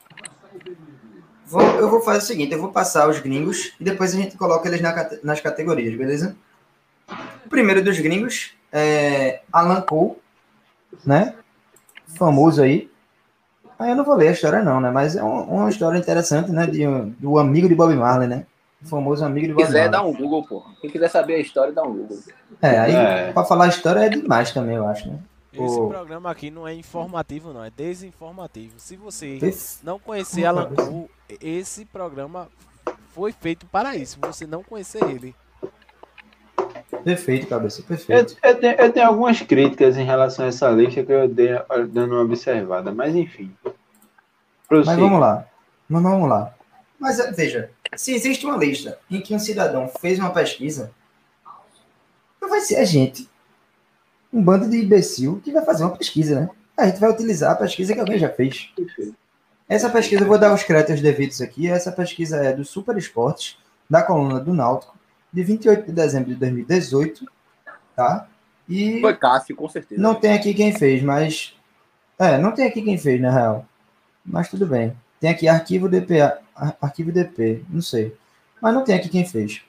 Eu vou fazer o seguinte, eu vou passar os gringos e depois a gente coloca eles nas categorias, beleza? O primeiro dos gringos é Alan Cole, né? Famoso aí. Eu não vou ler a história não, né? Mas é uma história interessante, né? Do amigo de Bob Marley, né? O famoso amigo de Bob Quem quiser, Marley. dá um Google, porra. Quem quiser saber a história, dá um Google. Aí pra falar a história é demais também, eu acho, né? Esse Ô. programa aqui não é informativo, não, é desinformativo. Se você Perfe- não conhecer Alan Cole, esse programa foi feito para isso, você não conhecer ele. Perfeito, cabeça, perfeito. Eu tenho algumas críticas em relação a essa lista que eu dei dando uma observada, mas enfim. Mas Prossiga. vamos lá. Mas vamos lá. Mas veja, se existe uma lista em que um cidadão fez uma pesquisa, não vai ser a gente, um bando de imbecil, que vai fazer uma pesquisa, né? A gente vai utilizar a pesquisa que alguém já fez. Essa pesquisa, eu vou dar os créditos devidos aqui. Essa pesquisa é do Super Esportes, da coluna do Náutico, de 28 de dezembro de 2018, tá? E Foi Cássio, com certeza. não tem aqui quem fez, mas... não tem aqui quem fez, na real. Mas tudo bem. Tem aqui arquivo DPA, arquivo DP, não sei. Mas não tem aqui quem fez.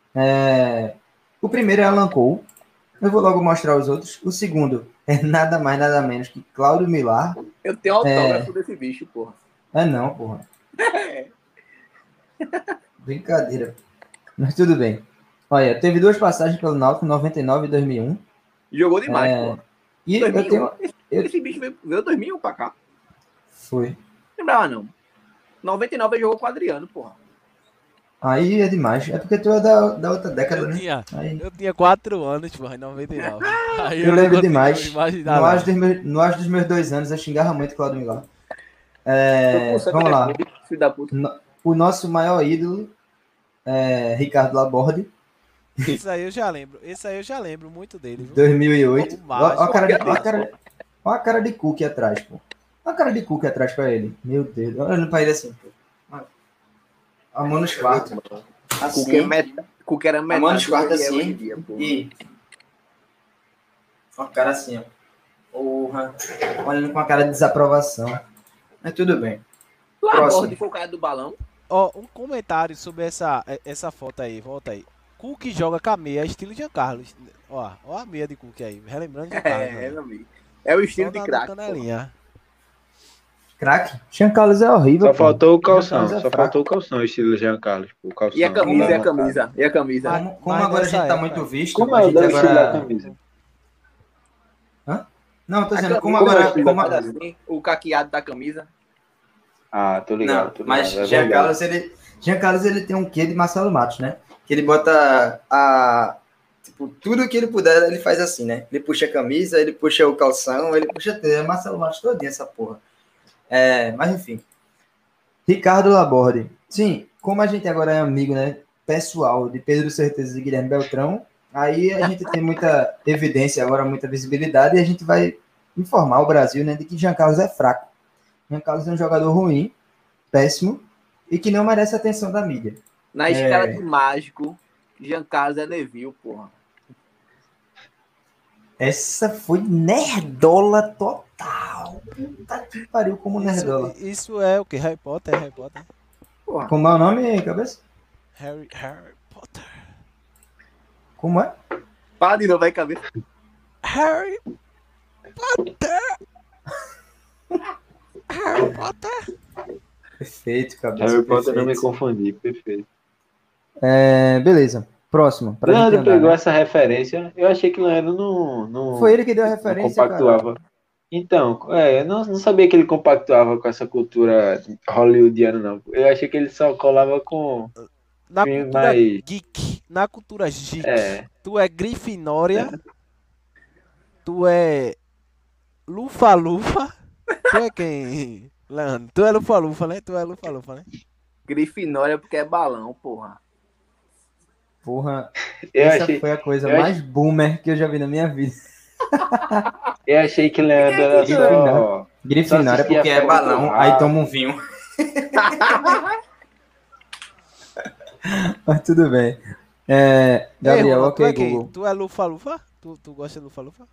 O primeiro é Alan Cole. Eu vou logo mostrar os outros. O segundo é nada mais, nada menos que Cláudio Milar. Eu tenho autógrafo desse bicho, porra. Não, porra. Brincadeira. Mas tudo bem. Olha, teve 2 passagens pelo Náutico, 99 e 2001. Jogou demais, porra. E 2001. eu tenho... Esse bicho veio 2001 pra cá. Foi. Não lembrava, não. 99 ele jogou com o Adriano, porra. Aí é demais. É porque tu é da outra década, né? Aí... Eu tinha 4 anos, porra, em 99. Aí Eu lembro não consigo demais. imaginar, No não. auge dos meus 2 anos, eu xingava muito Cláudio Milar. Vamos lá. Filho da puta. O nosso maior ídolo é Ricardo Laborde, Esse aí eu já lembro muito dele, viu? 2008. O mágico. Olha a cara de Cook atrás, pô. Olha a cara de Cook atrás pra ele. Meu Deus. Olhando pra ele assim, pô. A mão nos quartos. Assim. Cook era metade. A mão nos quartos do que é assim. hoje em dia, porra. E... Uma cara assim, ó. Porra. Olhando com uma cara de desaprovação. Mas tudo bem. Laborde foi o cara do balão. Ó, um comentário sobre essa foto aí, volta aí. Cook joga com a meia, estilo Giancarlo. Ó a meia de Cook aí, relembrando Giancarlo. Meu amigo. É o estilo de craque. Craque? Jean Carlos é horrível. Só faltou o calção. Jean Carlos é Só fraco. faltou o calção, estilo Jean Carlos. O calção. E a camisa, e a camisa. Como agora a gente tá muito visto, Como a é o gente estilo da agora... camisa? Não, eu tô dizendo, como Camisa, agora... assim, o caqueado da camisa. Ah, tô ligado. Não, tô ligado. mas É Jean verdade. Carlos, ele tem um quê de Marcelo Matos, né? Que ele bota tipo, tudo que ele puder, ele faz assim, né? Ele puxa a camisa, ele puxa o calção, ele puxa tudo. É Marcelo Matos todinho essa porra. Mas enfim. Ricardo Laborde. Sim, como a gente agora é amigo, né? Pessoal de Pedro Certeza e Guilherme Beltrão, aí a gente tem muita evidência agora, muita visibilidade, e a gente vai informar o Brasil, né, de que Jean Carlos é fraco. Jean Carlos é um jogador ruim, péssimo, e que não merece a atenção da mídia. Na escala de mágico, Jean Carlos é Neville, porra. Essa foi nerdola total. Puta que pariu, como nerdola. Isso é o que? Harry Potter? Porra. Como é o nome, cabeça? Harry Potter. Como é? Fala de novo aí, cabeça. Harry Potter. Harry Potter. Perfeito, cabeça. Harry Potter não me perfeito. confundi, perfeito. Beleza. Próximo. Pra Leandro gente andar, pegou né? essa referência. Eu achei que o Leandro não Foi ele que deu a referência, compactuava. Então, eu não sabia que ele compactuava com essa cultura hollywoodiana, não. Eu achei que ele só colava com... Na Sim, cultura mas- geek. Na cultura geek. É, Tu é Grifinória. Tu é Lufa-Lufa. Tu é quem, Leandro? Tu é Lufa-Lufa, né? né? Grifinória porque é balão, porra. Porra, eu essa achei, foi a coisa eu mais boomer que eu já vi na minha vida. eu achei que o Leandro era só... Grifinória assistia porque é Fogo balão, do aí Rato. toma um vinho. Mas tudo bem. Gabriel, Ronaldo, tu ok, é quem? Google. Tu é Lufa-Lufa? Tu gosta de Lufa-Lufa?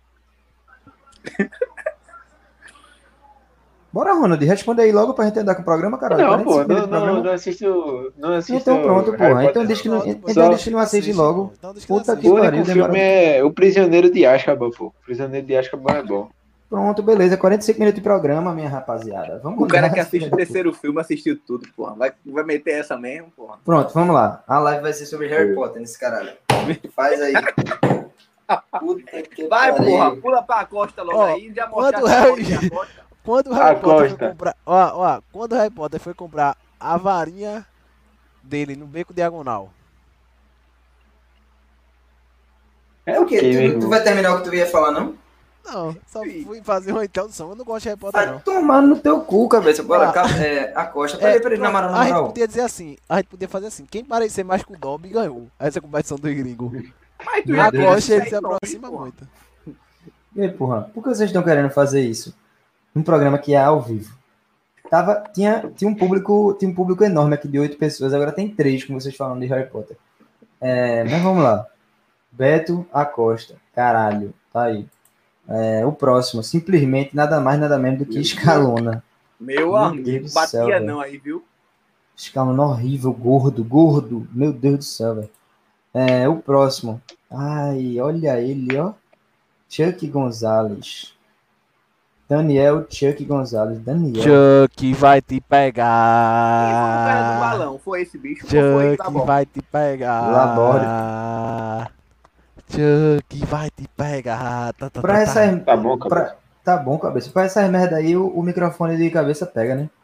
Bora, Ronald, responde aí logo pra gente andar com o programa, caralho. Não, 45 pô, minutos de programa. não assisto Então pronto, Harry porra. Potter, Então não. diz que não, Pronto, então pô. diz que não assiste logo. Então diz que não Puta assiste. que O pariu, único demora. filme é O Prisioneiro de Azkaban, pô. O Prisioneiro de Azkaban é bom. Pronto, beleza. 45 minutos de programa, minha rapaziada. Vamos O cara andar, que assiste filha o da puta. terceiro filme assistiu tudo, porra. Vai meter essa mesmo, porra. Pronto, vamos lá. A live vai ser sobre Harry Potter nesse caralho. Faz aí. Puta que Vai, pariu. porra, pula pra Costa logo Ó, aí. Já quando mostraste é- a Costa. Quando o Harry Potter foi Acosta. comprar. Ó, quando o Harry Potter foi comprar a varinha dele no Beco Diagonal. É O quê? ok, meu Tu irmão. vai terminar o que tu ia falar, não? Não, só fui fazer uma introdução. Eu não gosto de Harry Potter, Vai não. tomar no teu cu, cabeça. Bora, Ah. Acosta. Peraí, na pronto, moral, na a gente moral. podia dizer assim. A gente podia fazer assim. Quem parecer mais com o Dobby ganhou essa competição do gringo. Mas tu Meu já Deus. A Costa ele disse se aí, não, aproxima porra. muito. E aí, porra, por que vocês estão querendo fazer isso? Um programa que é ao vivo. Tinha um público enorme aqui de 8 pessoas, agora tem 3, como vocês falam de Harry Potter. Mas vamos lá. Beto Acosta. Caralho, tá aí. O próximo, simplesmente nada mais, nada menos do que Escalona. Meu Meu amigo, Deus do batia céu, velho. não aí, viu? Escalona horrível, gordo. Meu Deus do céu, velho. O próximo. Ai, olha ele, ó. Chuck Gonzalez. Daniel Chuck Gonzalez. Daniel. Chuck vai te Quem foi o cara do pegar. balão? Foi esse bicho ou foi Chuck Laborde? vai te pegar. Laborde. Chuck vai te pegar. Tá, Pra essa, Tá bom, cabeça. Tá bom, cabeça. Pra essas merda aí, o microfone de cabeça pega, né?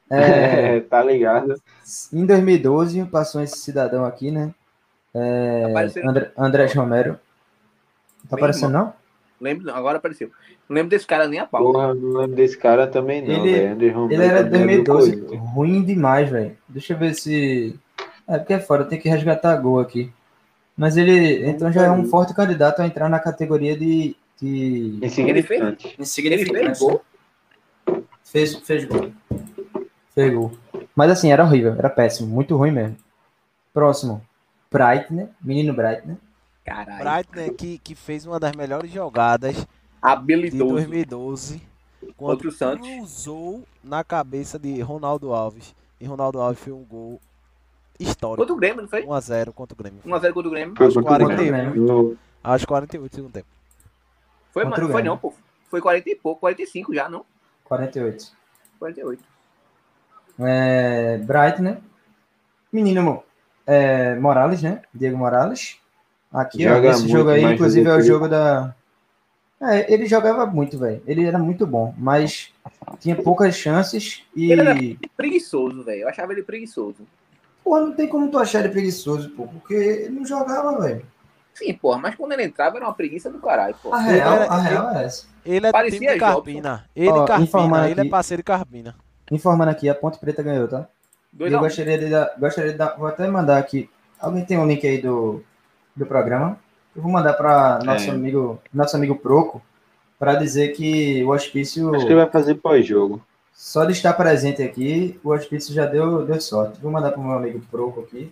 Tá ligado. Em 2012, passou esse cidadão aqui, né? Apareceu. Andrés Romero. Tá Meu aparecendo, não? Lembro, não, agora apareceu. Não lembro desse cara nem a pau. Porra, não lembro desse cara também não, Ele- velho. André Romero Ele era de também é do 2012. Corinthians. Ruim demais, velho. Deixa eu ver se... porque é foda, tem que resgatar gol aqui. Mas ele, então, já é um forte candidato a entrar na categoria de Insignificante. Ele fez gol. Fez gol. Fez gol. Mas assim, era horrível, era péssimo, muito ruim mesmo. Próximo. Breitner, menino Breitner. Caralho. Breitner que fez uma das melhores jogadas de Habilidoso. 2012 quando Contra o Santos. cruzou na cabeça de Ronaldo Alves. E Ronaldo Alves foi um gol histórico. Contra o Grêmio, não foi? 1x0 contra o Grêmio. 1x0 contra o Grêmio. Foi Aos contra o 41. Grêmio. No- Aos 48 do segundo tempo. Foi, Contra o foi Grêmio. não, pô. Foi 40 e pouco, 45 já, não? 48. 48. Breitner. Menino Morales, né? Diego Morales. Aqui, ó, Joga esse muito, jogo aí, mas inclusive, é o jogou jogo da... ele jogava muito, velho. Ele era muito bom, mas tinha poucas chances e... Preguiçoso, velho. Eu achava ele preguiçoso. Porra, não tem como tu achar ele preguiçoso, pô, porque ele não jogava, velho. Sim, porra, mas quando ele entrava era uma preguiça do caralho, A porra. real é essa. Ele é do Parecia time de Jobson. Carpina. Ele Ó, e Carpina, informando ele é aqui- parceiro de Carpina. Informando aqui, a Ponte Preta ganhou, tá? 2 Eu a 1. gostaria de dar... Vou até mandar aqui. Alguém tem um link aí do programa? Eu vou mandar para nosso amigo Proco, para dizer que o hospício... Acho que ele vai fazer pós-jogo. Só de estar presente aqui, o hospício já deu sorte. Vou mandar para o meu amigo Proco aqui.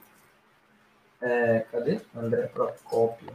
Cadê? André Procópio.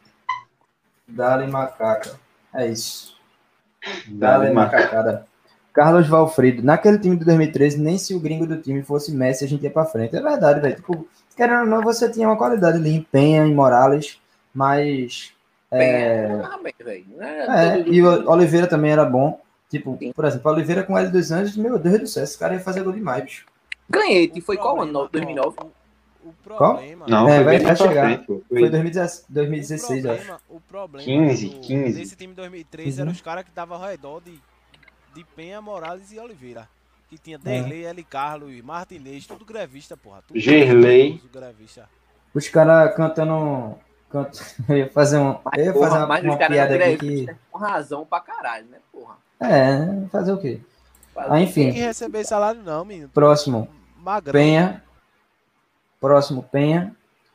Dali Macaca. É isso. Dali Macacada. Carlos Valfrido. Naquele time de 2013, nem se o gringo do time fosse Messi, a gente ia para frente. É verdade, velho. Tipo, querendo ou não, você tinha uma qualidade ali em Penha, em Morales, mas... Bem, velho. Não era todo- E o Oliveira também era bom. Tipo, Sim. por exemplo, o Oliveira com o L dos Anjos, meu Deus do céu, esse cara ia fazer gol demais, bicho. Ganhete, O foi qual ano? problema, 2009? ó, o problema... Não, É, foi vai bem pra chegar. frente, pô. Foi Foi 2016, eu acho. O problema 15, 15. desse time de 2013 eram os caras que estavam ao redor de Penha, Morales e Oliveira. Que tinha Derlei, L. Carlos, Martinez, tudo grevista, porra. Tudo Gerlei. grevista. Os caras cantando. Eu ia fazer Mas uma os caras piada eram aqui que. grevistas com razão pra caralho, né, porra? Fazer o quê? Fazer- Ah, Tem enfim, que receber salário não, menino. próximo, Magrão. Penha. Próximo, Penha.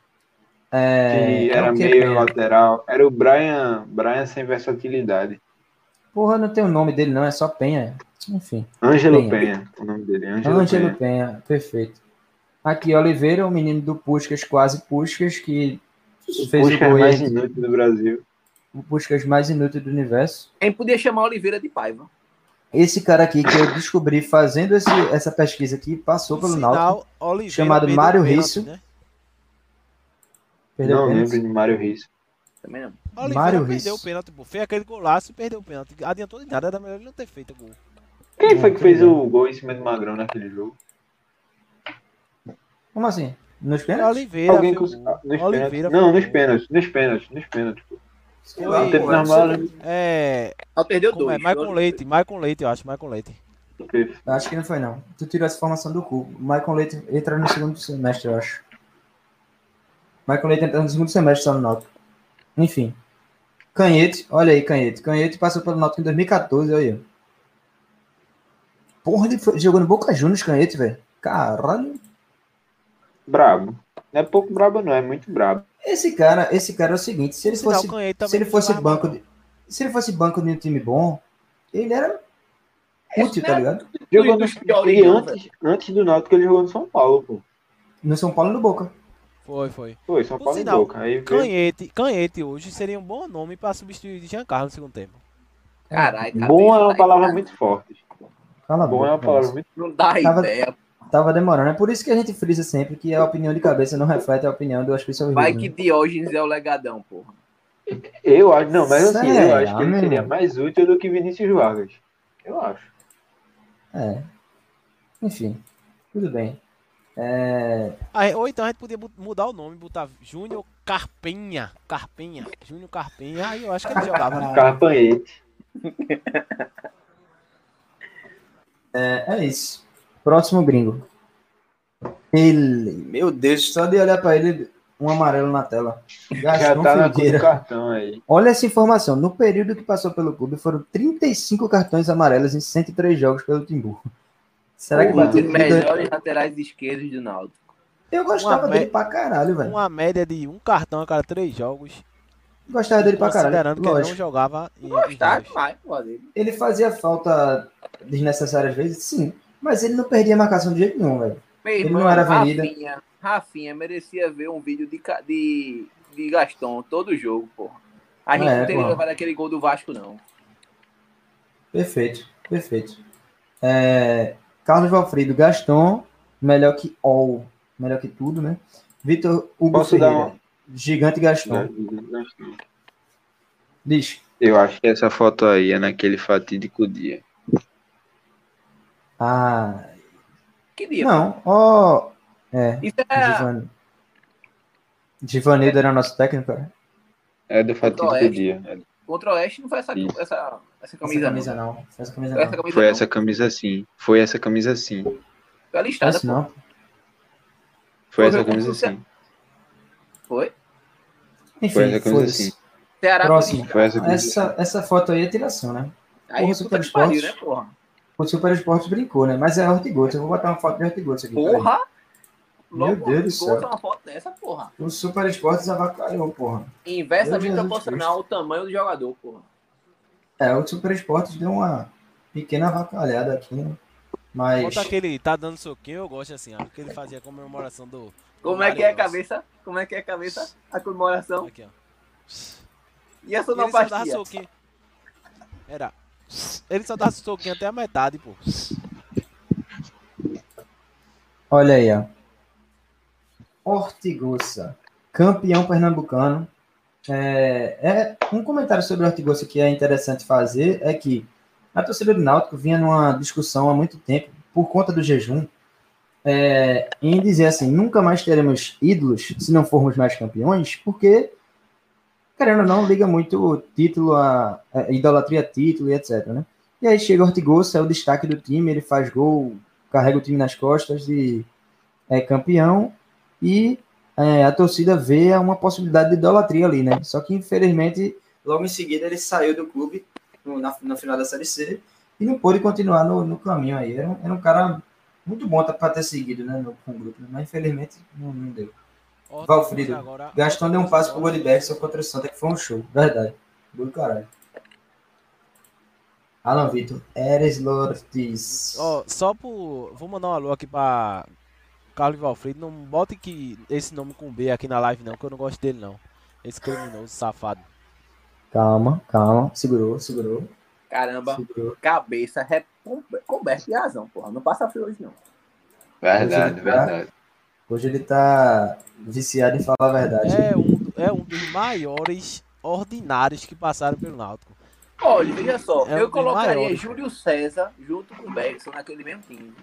Que era o que, meio Penha? lateral. Era o Brian sem versatilidade. Porra, não tem o nome dele, não, é só Penha. Enfim. Ângelo Penha. Penha, o nome dele. Ângelo Ângelo Penha. Penha, perfeito. Aqui, Oliveira, o menino do Puskás, quase Puskás, que fez o Puxa, gol mais aí, inútil do Brasil. o Puskás mais inútil do universo. Quem podia chamar Oliveira de Paiva? Esse cara aqui que eu descobri fazendo essa pesquisa aqui, passou pelo Náutico, Oliveira chamado perdeu Mário o pênalti, Risso. né? perdeu Não o pênalti. lembro de Mário Risso. Também não. Oliveira Mário perdeu Risso. o pênalti, pô. Fez aquele golaço e perdeu o pênalti. Adiantou de nada, era melhor ele não ter feito o gol. Quem foi que tudo fez bem. o gol em cima do Magrão naquele jogo? Como assim? Nos Foi pênaltis? Oliveira Alguém fez com... o gol. nos Oliveira pênaltis. fez Não, o nos gol. pênaltis. Nos pênaltis. Pô. Sei lá, Foi. Tempo pô, normal, né? Alter deu Como é? 2. Maicon Leite, eu acho. Maicon Leite. acho que não foi, não. Tu tirou essa informação do cu. O Michael Leite entra no segundo semestre, eu acho. Michael Leite entra no segundo semestre só no Náutico. Enfim. Canhete, olha aí, Canhete. Canhete passou pelo Náutico em 2014, olha aí. Porra, ele jogou no Boca Juniors, Canhete, velho. Caralho. Brabo. Não é pouco brabo, não, é muito brabo. Esse cara é o seguinte, se ele Sinal, fosse, o Canhete também se ele não fosse jogava banco mal, de, se ele fosse banco de um time bom, ele era útil, tá ligado? Jogou no, dos piores, e não, antes do Náutico ele jogou no São Paulo, pô. No São Paulo e no Boca. Foi. Foi, São Por Paulo e sinal, Boca. Aí veio... Canhete hoje seria um bom nome pra substituir de Jean Carlos no segundo tempo. Caralho, Bom é uma cabeça, palavra muito forte. Cala a Bom é uma boca, palavra Maurício. muito... não dá ideia. Tava demorando. É por isso que a gente frisa sempre que a opinião de cabeça não reflete a opinião do Hospício Vai Alviverde, que né? Diógenes é o legadão, porra. Eu acho, não, mas assim, eu acho que ele Será, seria meu? mais útil do que Vinícius Vargas. Eu acho. É. Enfim, tudo bem. Ou então a gente podia mudar o nome, botar Júnior Carpenha. Júnior Carpenha. Aí eu acho que ele jogava, né? Carpanhete. É isso. Próximo gringo. Ele. Meu Deus, só de olhar pra ele, um amarelo na tela. Já Gaston tá na cor do Filgueira. cartão aí. Olha essa informação. No período que passou pelo clube, foram 35 cartões amarelos em 103 jogos pelo Timbu. Será que Um bateu dos tudo? melhores laterais esquerdos do Náutico. Eu gostava Uma dele me- pra caralho, velho. Uma média de um cartão a cada 3 jogos. Gostava dele pra caralho. Considerando que ele não Lógico. jogava em Gostar vários. demais, pô, dele. Ele fazia falta desnecessárias vezes, sim. Mas ele não perdia a marcação de jeito nenhum, velho. Meu Ele irmão, não era avenida. Rafinha merecia ver um vídeo de Gaston todo jogo, porra. A gente É, não teria porra. levado aquele gol do Vasco, não. Perfeito. Carlos Valfrido, Gaston, melhor que all. Melhor que tudo, né? Vitor Hugo Posso dar Ferreira, Gigante Gaston. Diz. Eu acho que essa foto aí é naquele fatídico dia. Ah, Que dia? não. Ó. Isso é Givanildo era nosso técnico, cara. É do fatídico Oeste. dia. contra o Oeste, não foi essa Isso. camisa, Essa camisa não. Essa camisa Foi não. essa camisa, Foi não. essa camisa sim. Foi essa camisa sim. Foi a listada, Essa pô. não. Foi essa Foi camisa contra o sim. Foi? Enfim, Foi essa camisa foda-se. sim. Ceará Próximo. Foi essa camisa sim. Essa foto aí é tiração, né? Aí Porra, puta que pariu, né, porra? O Super Esporte brincou, né? Mas é Hortigotz. Eu vou botar uma foto de Hortigotz aqui. peraí. Porra! Meu Logo Deus do gol céu. tem uma foto dessa, porra. O Super Esporte avacalhou, porra. Inversamente Meu Jesus proporcional ao tamanho do jogador, porra. O Super Esporte deu uma pequena avacalhada aqui, né? Mas. Conta aquele tá dando soquinho, eu gosto assim, ó. Que ele fazia a comemoração do. Como é que é a cabeça? Como é que é a cabeça? A comemoração. Aqui, ó. E a E ele só dava sonoplastia? soquinho. Ele só dava soquinho até a metade, pô. Olha aí, ó. Hortigoça, campeão pernambucano. Um comentário sobre o Hortigoça que é interessante fazer é que a torcida do Náutico vinha numa discussão há muito tempo, por conta do jejum, em dizer assim, nunca mais teremos ídolos se não formos mais campeões, porque, querendo ou não, liga muito o título, a idolatria a título e etc, né? E aí chega o Hortigoça, é o destaque do time, ele faz gol, carrega o time nas costas e é campeão, e a torcida vê uma possibilidade de idolatria ali, né? Só que, infelizmente, logo em seguida ele saiu do clube no final da Série C e não pôde continuar no caminho aí. Era um cara muito bom para ter seguido, né, com o grupo, mas infelizmente não deu. Valfrido, Gaston deu um passe pro Goldbergson contra o Santa, que foi um show, verdade. Do caralho. Alan Vitor, Eres Lortis. Ó, vou mandar um alô aqui pra Carlos Valfrido. Não bote esse nome com B aqui na live, não, que eu não gosto dele, não. Esse criminoso, safado. Calma. Segurou. Caramba, Segurou. cabeça coberta de razão, porra. Não passa frio hoje, não. Verdade. Hoje ele tá viciado em falar a verdade. É um dos maiores ordinários que passaram pelo Náutico. Olha, veja só, É um eu dos colocaria maiores. Júlio César junto com o Bergson naquele mesmo time.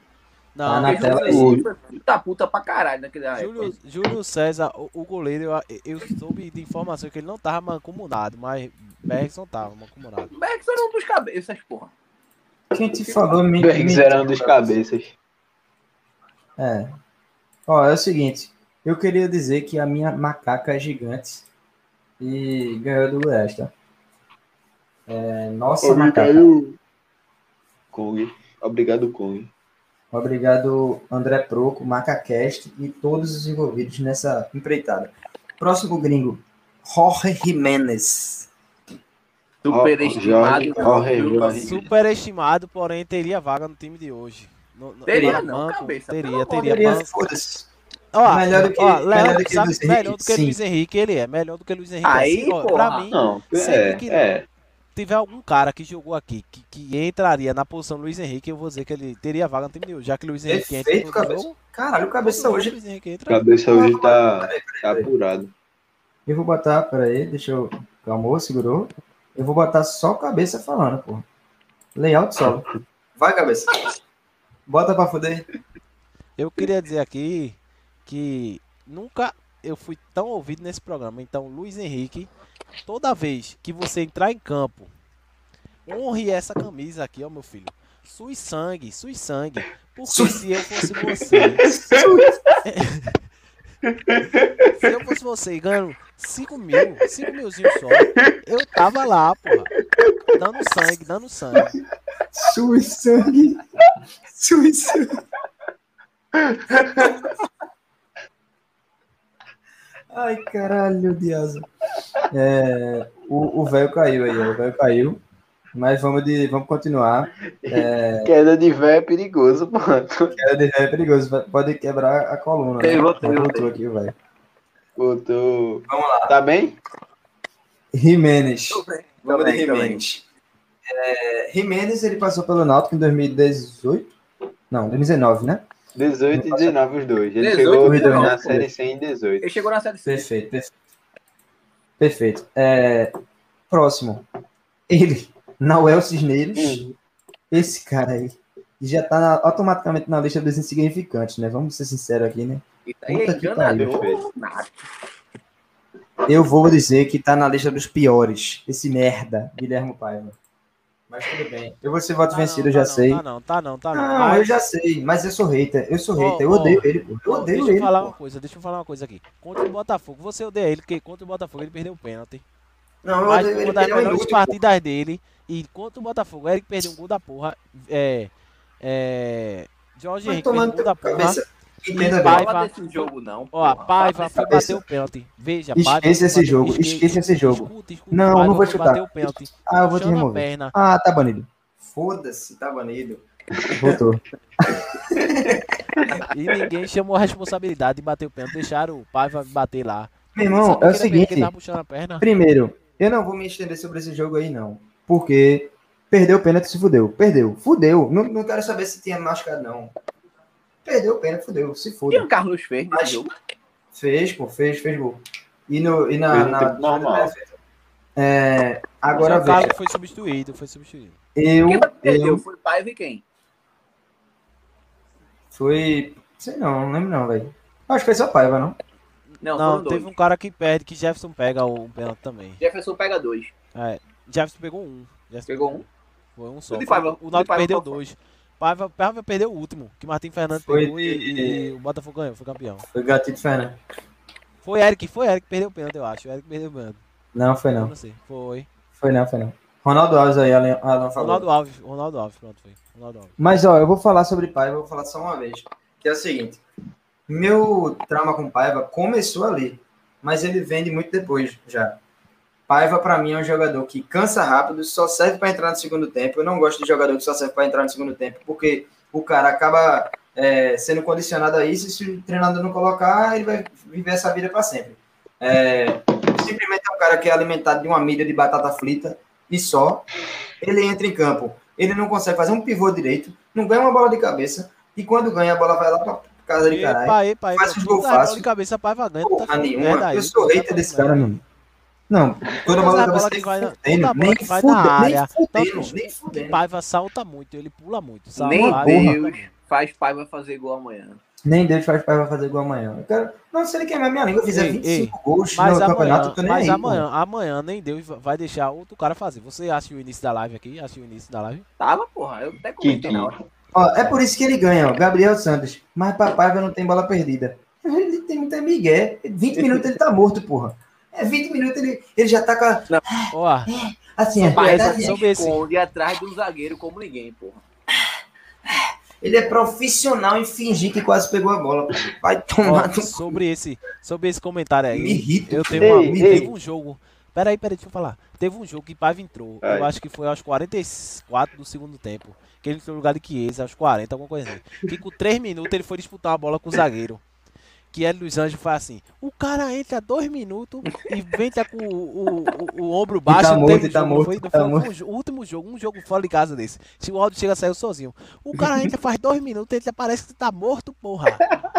Tá Não, na Porque tela Júlio aí. César foi filho da puta pra caralho naquele época. Júlio César, o goleiro, eu soube de informação que ele não tava mancomunado, mas Bergson tava mancomunado. Bergson era um dos cabeças, porra. Quem te falou Bergs era um dos cabeças. É. Ó, é o seguinte. Eu queria dizer que a minha macaca é gigante e ganhou do Goiás, tá? Nossa, macaca. Kong. Obrigado, Kong. Obrigado, André Proco, Macacast e todos os envolvidos nessa empreitada. Próximo gringo, Jorge Jiménez. Superestimado. Jorge. Superestimado, porém teria vaga no time de hoje. Teria para não, banco, cabeça, teria Poderia, banco. foda-se. Ó, Melhor do que- ó, melhor do que sabe, Luiz melhor Henrique? do que Sim. Luiz Henrique ele é. Melhor do que Luiz Henrique Aí, é. Ó, porra. pra mim, Não, sempre que é. tiver algum cara que jogou aqui que entraria na posição do Luiz Henrique, eu vou dizer que ele teria vaga no time de hoje. Já que Luiz Henrique entra Perfeito, todo cabeça. jogo, Caralho, o todo cabeça jogo hoje. Luiz Henrique entra. Cabeça hoje tá Peraí. apurado. Eu vou botar, peraí, deixa eu. Calmou, segurou. Eu vou botar só cabeça falando, pô. Layout solo. Vai, cabeça. Bota pra fuder. Eu queria dizer aqui que nunca eu fui tão ouvido nesse programa. Então, Luiz Henrique, toda vez que você entrar em campo, honre essa camisa aqui, ó, meu filho. Sui sangue, sui sangue. Porque se eu fosse você, se eu fosse você ganhando 5 milzinho só, eu tava lá, porra. Dando sangue. Sui sangue. Sui sangue. Ai, caralho, Diazo. O velho caiu aí, ó. O velho caiu. Mas vamos continuar. Queda de véio é perigoso, pô. Queda de velho é perigoso. Pode quebrar a coluna. Né? Voltou aqui, velho. Botou. Vamos lá. Tá bem? Jiménez. Vamos de bem. Jiménez. Jiménez, ele passou pelo Náutico em 2018? Não, 2019, né? 18 e 19 os dois. Ele 18 chegou e 19, na série C em 18. Ele chegou na série C. Perfeito. Próximo. Ele, Nauel Cisneiros. Esse cara aí já tá automaticamente na lista dos insignificantes, né? Vamos ser sinceros aqui, né? Isso aí é Puta que enganador. Nada. Eu vou dizer que tá na lista dos piores. Esse merda, Guilherme Paiva. Mas tudo bem. Eu vou ser voto vencido, eu já sei. Tá não. Não, eu já sei, mas eu sou hater. Eu odeio ele, pô. Eu odeio ele. Deixa eu falar uma coisa aqui. Contra o Botafogo, você odeia ele, porque contra o Botafogo ele perdeu o pênalti. Não, eu Mas odeio ele. uma das Ele é melhores inútil, pô. partidas dele. E contra o Botafogo, Eric perdeu um gol da porra. Jorge Vai Henrique perdeu tomar um no gol teu da porra. cabeça. Entenda E bem. Paiva- Fala desse jogo, não. Ó, a porra. Paiva Fala foi desse- bater o pênalti. Veja, Esqueça Paiva foi esse bater- jogo, esqueça esse jogo. Escuta, Não, Paiva não vou foi chutar. bater o pênalti. Ah, eu vou te Puxando a remover. perna. Ah, tá banido. Foda-se, tá banido. Voltou. E ninguém chamou a responsabilidade de bater o pênalti. Deixaram o Paiva bater lá. Meu irmão, Sabe é o aquele pênalti que seguinte. ele tava puxando a perna? Primeiro, eu não vou me estender sobre esse jogo aí, não. Porque perdeu o pênalti, se fudeu. Perdeu. Fudeu. Não quero saber se tinha machucado, não. Perdeu o pênalti, fudeu. Se O que fuda. o Carlos fez nesse Mas- jogo? Fez, pô. Fez gol. E Fez no tempo normal. Agora, o Carlos veja. foi substituído. Eu Perdeu, foi Paiva e quem? fui... Sei não lembro não, velho. Acho que foi só Paiva, não? Não, Não, foram dois. teve um cara que perde, que Jefferson pega o pênalti também. Jefferson pega 2. Jefferson pegou um. Pegou um. Foi um só. O de Paiva- O o de Náutico Paiva perdeu qual foi? 2. Paiva perdeu o último, que Martim Fernandes Foi pegou e o Botafogo ganhou, foi campeão. Foi Gatito Fernandes. Foi Eric que perdeu o pênalti, eu acho. O Eric perdeu o pênalti. Não, foi Eu não. não sei. Foi. Foi não. Ronaldo Alves aí, Alan falou. Ronaldo Alves, pronto, foi. Ronaldo Alves. Mas, ó, eu vou falar sobre Paiva, eu vou falar só uma vez. Que é o seguinte. Meu trauma com Paiva começou ali, mas ele vende muito depois já. Paiva, pra mim, é um jogador que cansa rápido, só serve pra entrar no segundo tempo. Eu não gosto de jogador que só serve pra entrar no segundo tempo, porque o cara acaba sendo condicionado a isso, e se o treinador não colocar, ele vai viver essa vida pra sempre. Simplesmente é um cara que é alimentado de uma milha de batata frita e só. Ele entra em campo, ele não consegue fazer um pivô direito, não ganha uma bola de cabeça, e quando ganha, a bola vai lá pra casa de caralho. Faz os gols fácil. de cabeça, Paiva ganha. Porra nenhuma. Eu sou hater desse cara, mano. Não, toda bola da cabeça nem fudendo. Paiva salta muito, ele pula muito. Meu Paiva, Deus. Faz pai vai fazer gol amanhã. Nem Deus faz pai vai fazer igual amanhã. Eu quero... Não, se ele queimar minha língua, eu fizer Ei, 25 gols Mas no campeonato, eu tô nem mas aí. Pô. amanhã nem Deus vai deixar outro cara fazer. Você assistiu o início da live aqui? Assistiu o início da live? Tava, porra. Eu até comentei na hora. Ó, é por isso que ele ganha, ó. Gabriel Santos. Mas papai não tem bola perdida. Ele tem muita migué. 20 minutos ele tá morto, porra. 20 minutos ele já tá com a... Ó, Assim, sobre esse. Esconde atrás do zagueiro como ninguém, porra. Ele é profissional em fingir que quase pegou a bola. Pô. Vai tomar no... sobre esse comentário aí. Me irrita. Eu teve um jogo. Peraí, deixa eu falar. Teve um jogo que Paiva entrou. Ai. Eu acho que foi aos 44 do segundo tempo. Que ele entrou no lugar de Chiesa, aos 40, alguma coisa assim. Que com 3 minutos ele foi disputar a bola com o zagueiro. Que Hélio Luiz Anjos faz assim. O cara entra 2 minutos e vem tá com o ombro baixo. tá não morto, teve tá jogo, morto, foi tá o morto. último jogo, um jogo fora de casa desse. Se o Aldo chega, saiu sozinho. O cara entra faz 2 minutos, ele parece que tá morto, porra.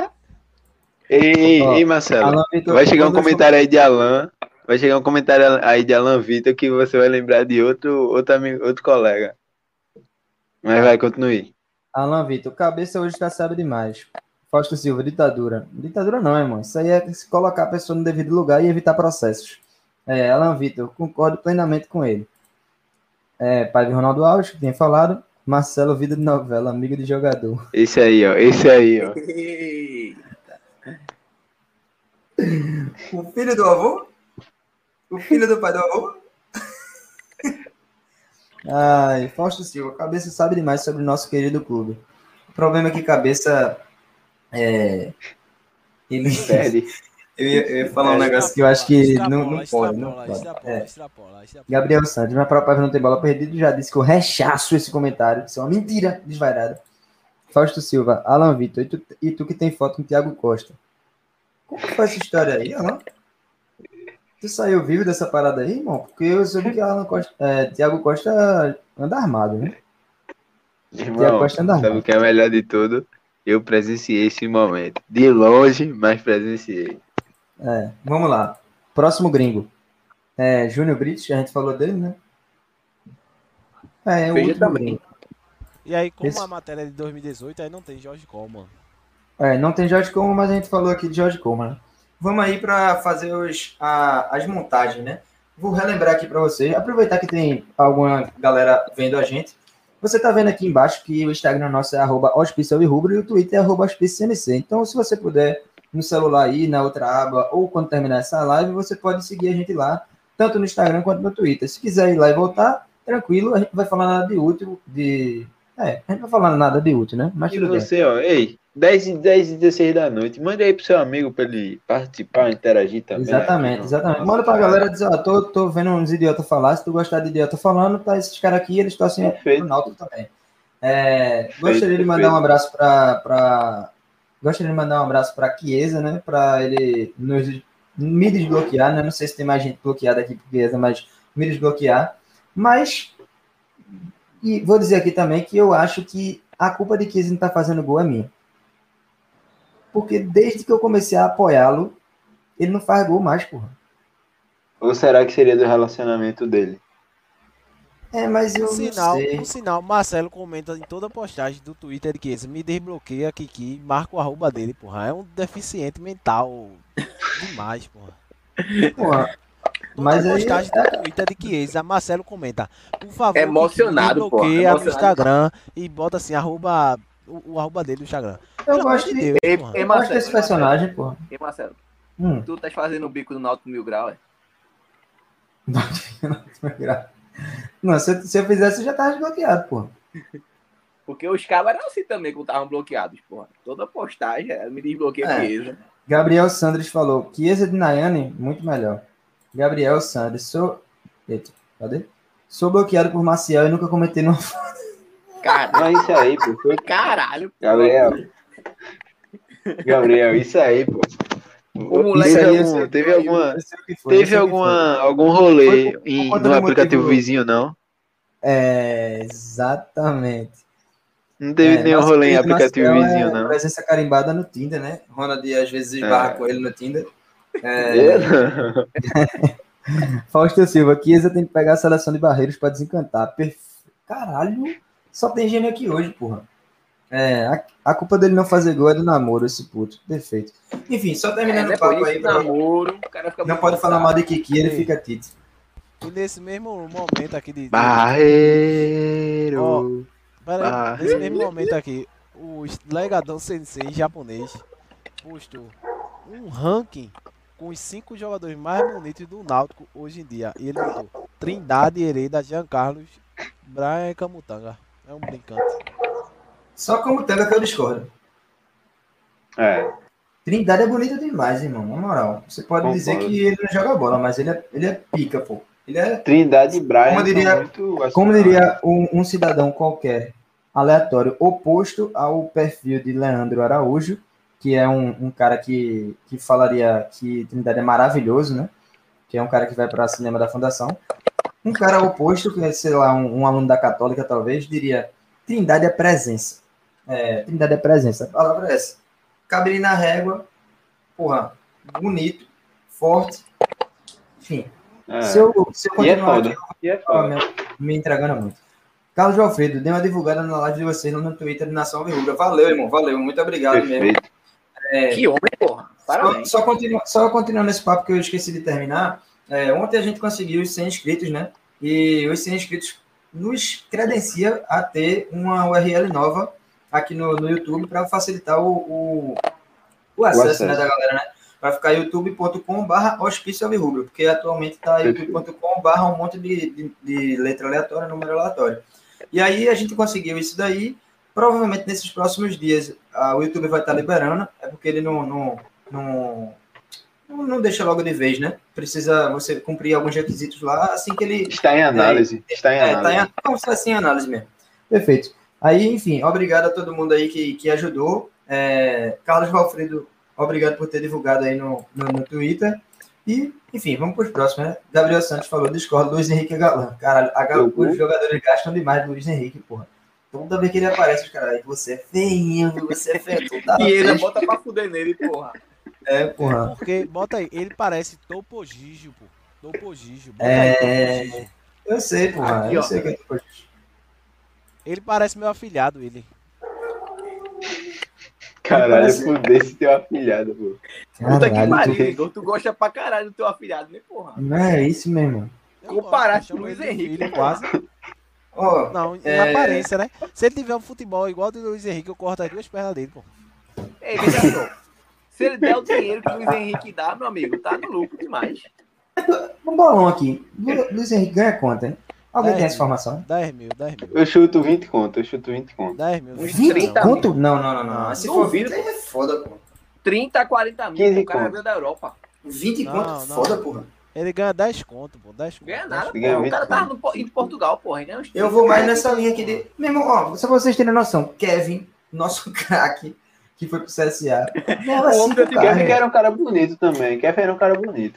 Ei, Marcelo. Alan Vitor, Vai chegar um todos- comentário aí de Alan. Vai chegar um comentário aí de Alan Vitor que você vai lembrar de outro amigo, outro colega. Mas vai, continue. Alan Vitor, cabeça hoje tá sabe demais. Fausto Silva, ditadura. Ditadura não, irmão. Isso aí é se colocar a pessoa no devido lugar e evitar processos. Alan Vitor, concordo plenamente com ele. Pai de Ronaldo Alves, que tinha falado. Marcelo, vida de novela, amigo de jogador. Esse aí, ó. O filho do avô? O filho do pai do avô? Ai, Fausto Silva, cabeça sabe demais sobre o nosso querido clube. O problema é que cabeça... Ele... Sério. Eu ia falar um negócio que eu acho que não pode. Extrapola. Gabriel Santos, mas para o não tem bola perdida, já disse que eu rechaço esse comentário. Isso é uma mentira desvairada. Fausto Silva, Alan Vitor, e tu que tem foto com o Thiago Costa. Como foi essa história aí, Alan? Tu saiu vivo dessa parada aí, irmão? Porque eu soube que Thiago Costa anda armado, né? Thiago Irmão, Costa anda sabe armado. o que é melhor de tudo? Eu presenciei esse momento. De longe, mas presenciei. Vamos lá. Próximo gringo. Júnior Brits, a gente falou dele, né? É o Veja último também. gringo. E aí, como Esse- a matéria é de 2018, aí não tem Jorge Coleman. Não tem Jorge Coleman, mas a gente falou aqui de Jorge Coleman. Né? Vamos aí para fazer as montagens, né? Vou relembrar aqui para vocês. Aproveitar que tem alguma galera vendo a gente. Você está vendo aqui embaixo que o Instagram nosso é @hospicialirrubro e o Twitter é @hospiciacmc. Então, se você puder, no celular aí, na outra aba, ou quando terminar essa live, você pode seguir a gente lá, tanto no Instagram quanto no Twitter. Se quiser ir lá e voltar, tranquilo, a gente não vai falar nada de útil, a gente não vai falar nada de útil, né? Mas E tudo bem. você, ó, 10 e 16 da noite, manda aí pro seu amigo pra ele participar, interagir também. Exatamente. aqui, ó. Manda pra galera dizer, ó, tô vendo uns idiotas falar, se tu gostar de idiota falando, tá esses caras aqui, eles torcem Perfeito. pro Náutico também. Gostaria de mandar perfeito. um abraço Gostaria de mandar um abraço pra Chiesa, né, pra ele me desbloquear, né, não sei se tem mais gente bloqueada aqui por Chiesa, mas me desbloquear. Mas, e vou dizer aqui também que eu acho que a culpa de Chiesa não tá fazendo gol é minha. Porque desde que eu comecei a apoiá-lo, ele não faz gol mais, porra. Ou será que seria do relacionamento dele? Mas eu Por não sei. Por sinal, Marcelo comenta em toda postagem do Twitter que esse me desbloqueia Kiki, marca o arroba dele, porra. É um deficiente mental demais, porra. Porra, Toda mas aí postagem do Twitter de Chiesa, Marcelo comenta. Por favor, É emocionado, Kiki, porra, desbloqueia no emocionado. Instagram e bota assim, o arroba dele no Instagram. eu Pelo amor gosto de de, Deus, Ei, porra. ei, eu gosto Marcelo, desse personagem, porra. E Marcelo, Hum. tu tá fazendo o bico do Náutico 1000 graus, Não, se eu fizesse, eu já tava desbloqueado, porra. Porque os cabas eram assim também, quando estavam bloqueados, porra. Toda postagem, me desbloqueia Chiesa. Gabriel Sandres falou, Chiesa de Nayane, muito melhor. Gabriel Sandres, Eita, cadê? Sou bloqueado por Maciel e nunca cometi no... Caralho, Mas isso aí, pô. Foi... caralho. pô. Gabriel, isso aí, pô. O moleque Teve algum rolê no aplicativo vizinho, não? Exatamente. Não teve nenhum nosso rolê em querido aplicativo Marcel vizinho, é não. presença carimbada no Tinder, né? Ronald às vezes esbarra com ele no Tinder. Fausto Silva, Chiesa tem que pegar a seleção de Barreiros pra desencantar. Caralho, só tem gênio aqui hoje, porra. A culpa dele não fazer gol é do namoro, esse puto. Perfeito. Enfim, só terminando o papo aí. Namoro, o cara fica não pode falar mal de Kiki, ele fica tite. E nesse mesmo momento aqui de... Barreiro. Nesse mesmo momento aqui, o Legadão Sensei japonês postou um ranking com os 5 jogadores mais bonitos do Náutico hoje em dia. E ele botou Trindade, Hereda, Jean Carlos, Brian e Camutanga. É um brincante. Só Camutanga que eu discordo. Trindade é bonito demais, irmão. Na moral. Você pode dizer que ele não joga bola, mas ele é pica, pô. Ele é... Trindade e Brian. Como diria um cidadão qualquer, aleatório, oposto ao perfil de Leandro Araújo, que é um cara que falaria que Trindade é maravilhoso, né? Que é um cara que vai para cinema da Fundação. Um cara oposto, que é, sei lá, um aluno da Católica, talvez, diria Trindade é presença. Trindade é presença. A palavra é essa. Cabelinho na régua, porra, bonito, forte, enfim. Se eu continuar aqui, me entregando muito. Carlos Alfredo, dê uma divulgada na live de vocês no Twitter de Nação Alvirrubra. Valeu, irmão, valeu, muito obrigado mesmo. Que homem, porra. Parabéns. Só continuando esse papo que eu esqueci de terminar, ontem a gente conseguiu os 100 inscritos, né? E os 100 inscritos nos credencia a ter uma URL nova aqui no YouTube para facilitar o acesso, né, da galera, né? Vai ficar youtube.com/hospício alvirrubro, porque atualmente está youtube.com/ um monte de letra aleatória, número aleatório. E aí a gente conseguiu isso daí. Provavelmente nesses próximos dias o YouTube vai estar liberando, é porque ele não deixa logo de vez, né? Precisa você cumprir alguns requisitos lá, assim que ele... Está em análise. Está em análise. Está assim em análise mesmo. Perfeito. Aí, enfim, obrigado a todo mundo aí que ajudou. Carlos Valfredo, obrigado por ter divulgado aí no Twitter. E, enfim, vamos para os próximos, né? Gabriel Santos falou, discordo, Luiz Henrique é galã. Caralho, os jogadores gastam demais do Luiz Henrique, porra. Toda vez que ele aparece, os caras aí, você é feio, você é feio. E ele bota pra fuder nele, porra. Porra. Porque, bota aí, ele parece Topo Gigio, pô. Topo Gigio. Bota aí, Topo Gigio. Eu sei, porra. Aqui, eu sei que é Topo Gigio. Ele parece meu afilhado, ele. Caralho, fuder esse teu afilhado, pô. Puta que pariu, Igor. Tu gosta pra caralho do teu afilhado, né, porra? Não é isso mesmo. Comparaste com o Luiz Henrique, quase. Não, em aparência, né? Se ele tiver um futebol igual ao do Luiz Henrique, eu corto as 2 pernas dele, pô. Ei, veja só. Se ele der o dinheiro que o Luiz Henrique dá, meu amigo, tá no lucro demais. Um bolão aqui. Luiz Henrique ganha quanto, hein? Alguém tem essa informação? 10 mil. Eu chuto 20 conto. 10 mil. 20 conto? Não. Se for 20, é foda, pô. 30 a 40 mil, o cara veio da Europa. 20 conto? Foda, porra. Ele ganha 10 conto, pô. 10 conto. Ganha nada, pô. O cara tava em Portugal, porra. Eu vou mais nessa linha aqui de... Meu irmão, ó, só pra vocês terem noção, Kevin, nosso craque, que foi pro CSA. Kevin era um cara bonito também. Kevin era um cara bonito.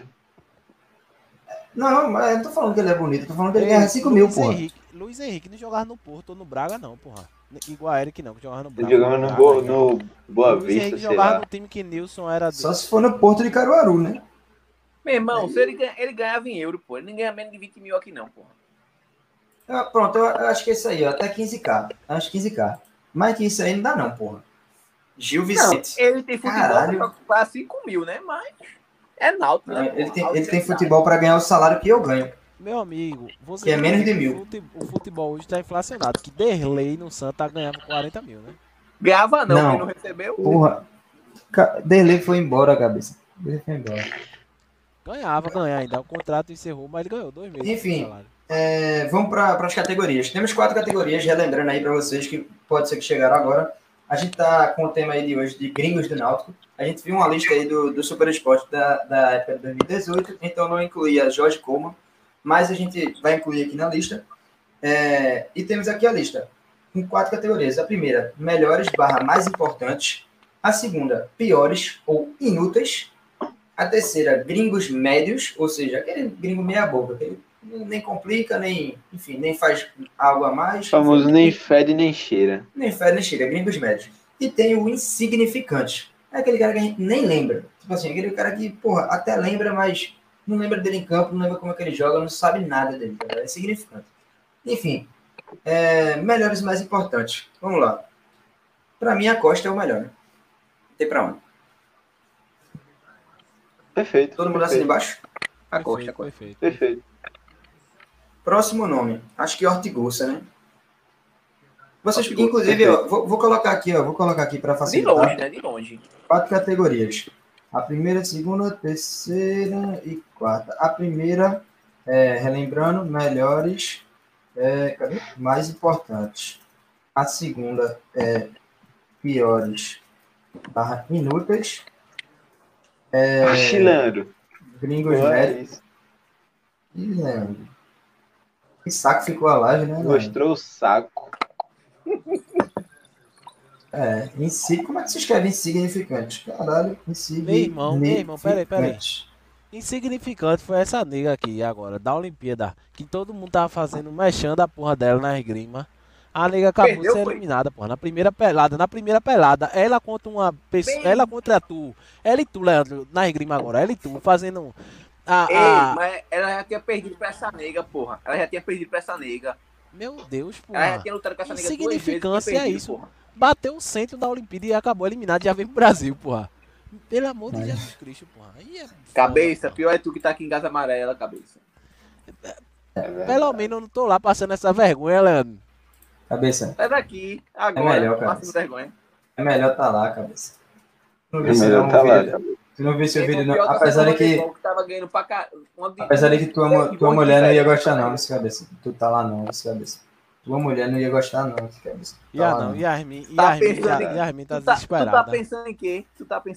Não, mas eu não tô falando que ele é bonito, eu tô falando que ele ganha 5 mil, porra. Luiz Henrique não jogava no Porto ou no Braga, não, porra. Igual a Eric, não, que jogava no Braga. Ele jogava no Boa Vista, Luiz Henrique jogava no time que Nilson era... Só se for no Porto de Caruaru, né? Meu irmão, se ele ganhava em euro, pô. Ele não ganha menos de 20 mil aqui, não, porra. Pronto, eu acho que é isso aí, ó. Até 15k. Acho 15k. Mais que isso aí não dá, não, porra. Gil Vicente. Não, ele tem futebol pra 5 mil, né? Mas é Náutico, né? Ele tem futebol pra ganhar o salário que eu ganho. Meu amigo, você que é menos de 1.000. O futebol hoje tá inflacionado. Que Derlei no Santa ganhava 40 mil, né? Ganhava não, quem não recebeu. Porra. Derlei foi embora, cabeça. Derlei foi embora. Ganha ainda. O contrato encerrou, mas ele ganhou 2 meses. Enfim, vamos para as categorias. Temos 4 categorias, relembrando aí para vocês que pode ser que chegaram agora. A gente tá com o tema aí de hoje de gringos do Náutico. A gente viu uma lista aí do Super Esporte da época de 2018, então não incluía Jorge Coleman, mas a gente vai incluir aqui na lista. E temos aqui a lista com 4 categorias. A primeira, melhores / mais importantes. A segunda, piores ou inúteis. A terceira, gringos médios, ou seja, aquele gringo meia boca, que nem complica, nem faz algo a mais. O famoso nem fede nem cheira. Nem fede nem cheira, gringos médios. E tem o insignificante. É aquele cara que a gente nem lembra. Tipo assim, aquele cara que, porra, até lembra, mas não lembra dele em campo, não lembra como é que ele joga, não sabe nada dele. É insignificante. Enfim, melhores e mais importantes. Vamos lá. Pra mim, a Costa é o melhor. Né? Não tem pra onde. Perfeito. Todo mundo assina embaixo? A Costa. Perfeito. Perfeito. Próximo nome. Acho que Ortigosa, né? Vocês, Ortigosa, inclusive, ó, vou colocar aqui para De facilitar. longe, né? De longe. 4 categorias. A primeira, segunda, terceira e quarta. A primeira, relembrando, melhores, cadê? Mais importantes. A segunda, piores, inúteis. Oscilando. Gringos Boa, médicos. isso. Ih, Leandro. Que saco ficou a live, né, Leandro? Mostrou o saco. Como é que se escreve insignificante? Caralho, insignificante. Meu irmão, peraí. Insignificante foi essa nega aqui agora, da Olimpíada, que todo mundo tava fazendo, mexendo a porra dela na esgrima. A nega acabou Perdeu, de ser foi? eliminada, porra, na primeira pelada, ela contra uma pessoa, ela contra tu, ela e tu, Leandro, na esgrima agora, ela e tu, fazendo Ei, mas ela já tinha perdido pra essa nega, porra. Meu Deus, Ela já porra. tinha lutado com essa nega 2 vezes. Insignificância e é perdido, isso. porra. Bateu o centro da Olimpíada e acabou eliminado, já veio pro Brasil, porra. Pelo amor de Jesus Cristo, porra. Aí é foda, Cabeça, porra. pior é tu que tá aqui em casa amarela, cabeça. Pelo menos eu não tô lá passando essa vergonha, Leandro. Cabeça, Sai daqui, agora, melhor, cara. passa vergonha. é melhor tá lá, cabeça. Não vi É se melhor não tá o lá, vídeo. cara. Se não vi seu vídeo, não. Pior Apesar de essa que, Pokémon tava ganhando pra cá. apesar de que tua mulher não ia gostar, não, desse cabeça. Tu tá lá, não, desse cabeça. Tua mulher não ia gostar, não, desse cabeça. Tu tá lá, Não, Yasmin tá Tu tá desesperada. pensando em quê?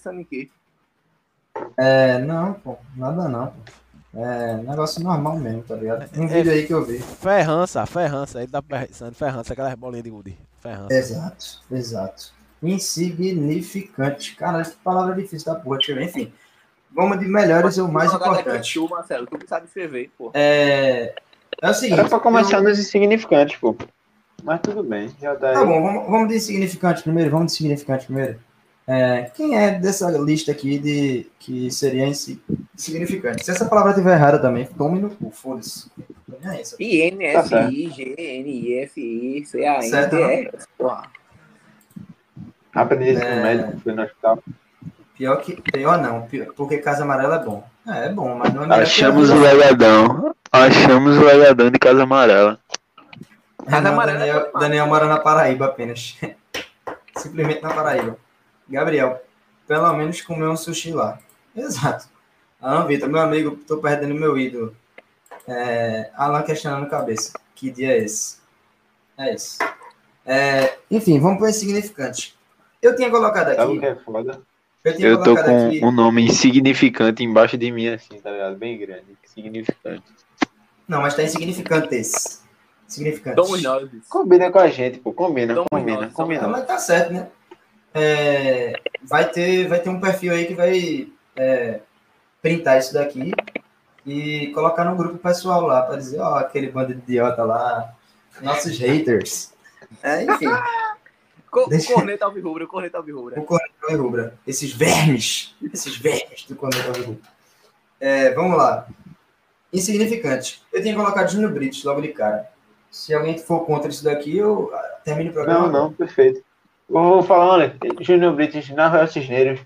Não, pô, nada não, pô. Negócio normal mesmo, tá ligado? Um vídeo aí que eu vi. Ferrança, ele tá pensando, ferrança, aquelas bolinhas de gude. Ferrança. Exato. Insignificante. Cara, essa palavra é difícil da porra, deixa eu ver. Enfim, vamos de melhores ou mais importante. Tu, Marcelo, tu que sabe escrever, pô. É o seguinte. Era pra começar nos insignificantes, pô. Mas tudo bem, já tá aí. Tá bom, vamos de insignificante primeiro. Quem é dessa lista aqui que seria insignificante? Se essa palavra estiver errada também, tome no cu, foda-se. É isso. I, N, S, I, G, N, I, F, I, C, A, N, Certo, D, R. Porra. Aprendi isso com o médico, fui no hospital. Pior não, porque Casa Amarela é bom. É bom, mas não é melhor Achamos que o legadão de Casa Amarela. Casa Amarela é bom. Daniel mora na Paraíba apenas. Simplesmente na Paraíba. Gabriel, pelo menos comeu um sushi lá. Exato. Alan Vitor, meu amigo, tô perdendo meu ídolo. Alan questionando cabeça. Que dia é esse? É isso. Enfim, vamos para o insignificante. Eu tinha colocado Sabe o aqui. que é foda? tinha Eu tô colocado com aqui. um nome insignificante embaixo de mim, assim, tá ligado? Bem grande. Significante. Não, mas tá insignificante esse. Significante. Somos nós. Combina com a gente, pô. Combina. Mas tá certo, né? Vai ter um perfil aí que vai printar isso daqui e colocar no grupo pessoal lá para dizer, ó, aquele bando de idiota lá, nossos haters. Enfim. Corneta alvirrubra. O Corneta alvirrubra. Esses vermes do Corneta alvirrubra. Vamos lá. Insignificante. Eu tinha colocado Júnior Brito logo de cara. Se alguém for contra isso daqui, eu termino o programa. Não, perfeito. Vou falar, olha, Júnior Brito na Royal Cisneiros,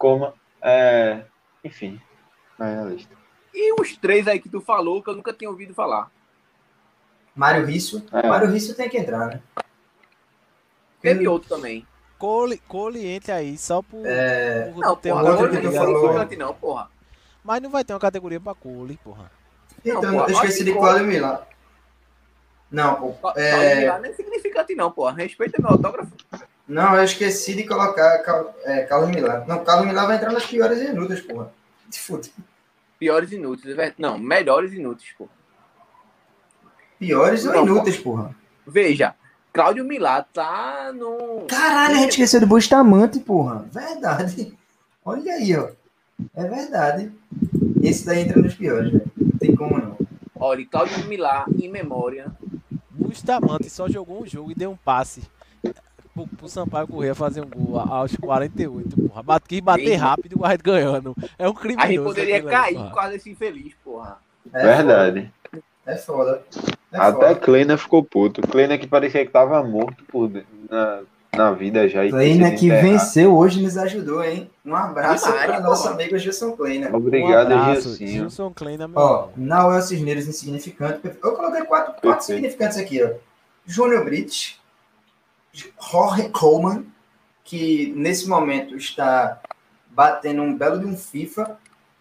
enfim, vai na lista. E os três aí que tu falou, que eu nunca tinha ouvido falar. Mário Risso. Mário Risso tem que entrar, né? Teve outro também. Cole entra aí, só por Não, ter uma porra, outro que tu falou. não, porra. Mas não vai ter uma categoria pra Cole, porra. Então, Não, pô, eu esqueci de Cláudio Milá. Não, pô. Não é significante não, porra. Respeita meu autógrafo. Não, eu esqueci de colocar Carlos Milá. Não, Carlos Milá vai entrar nas piores e inúteis, porra. De fuder. Piores inúteis. Não, melhores inúteis, porra. Piores ou Não, inúteis, porra? Veja, Cláudio Milá tá no... Caralho, a gente esqueceu do Bustamante, porra. Verdade. Olha aí, ó. É verdade. Esse daí entra nos piores, velho. Não tem como não. Olha, Cláudio Milá, em memória. Bustamante só jogou um jogo e deu um passe pro Sampaio Corrêa fazer um gol aos 48, porra. Quis bater rápido e o Guarda ganhando. É um criminoso. A gente poderia aquilo cair porra. por causa desse infeliz, porra. Verdade. É foda. Até Kleina ficou puto. Kleina que parecia que tava morto na vida já. E Kleina decide que enterrar. venceu hoje nos ajudou, hein? Um abraço Demais, para pô. nosso amigo Gilson Kleina. Obrigado, abraço, Gilcinho. Gilson Kleina, meu Ó, irmão. Nauel Cisneros insignificante. Eu coloquei quatro Perfeito. significantes aqui, ó. Júnior Brits, Jorge Coleman, que nesse momento está batendo um belo de um FIFA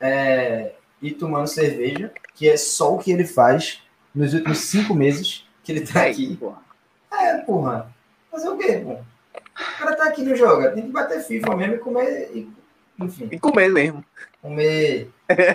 e tomando cerveja, que é só o que ele faz nos últimos 5 meses que ele tá Aí, aqui. porra. Porra. Fazer o quê, pô? O cara tá aqui no jogo, tem que bater FIFA mesmo e comer, enfim, E comer mesmo. comer.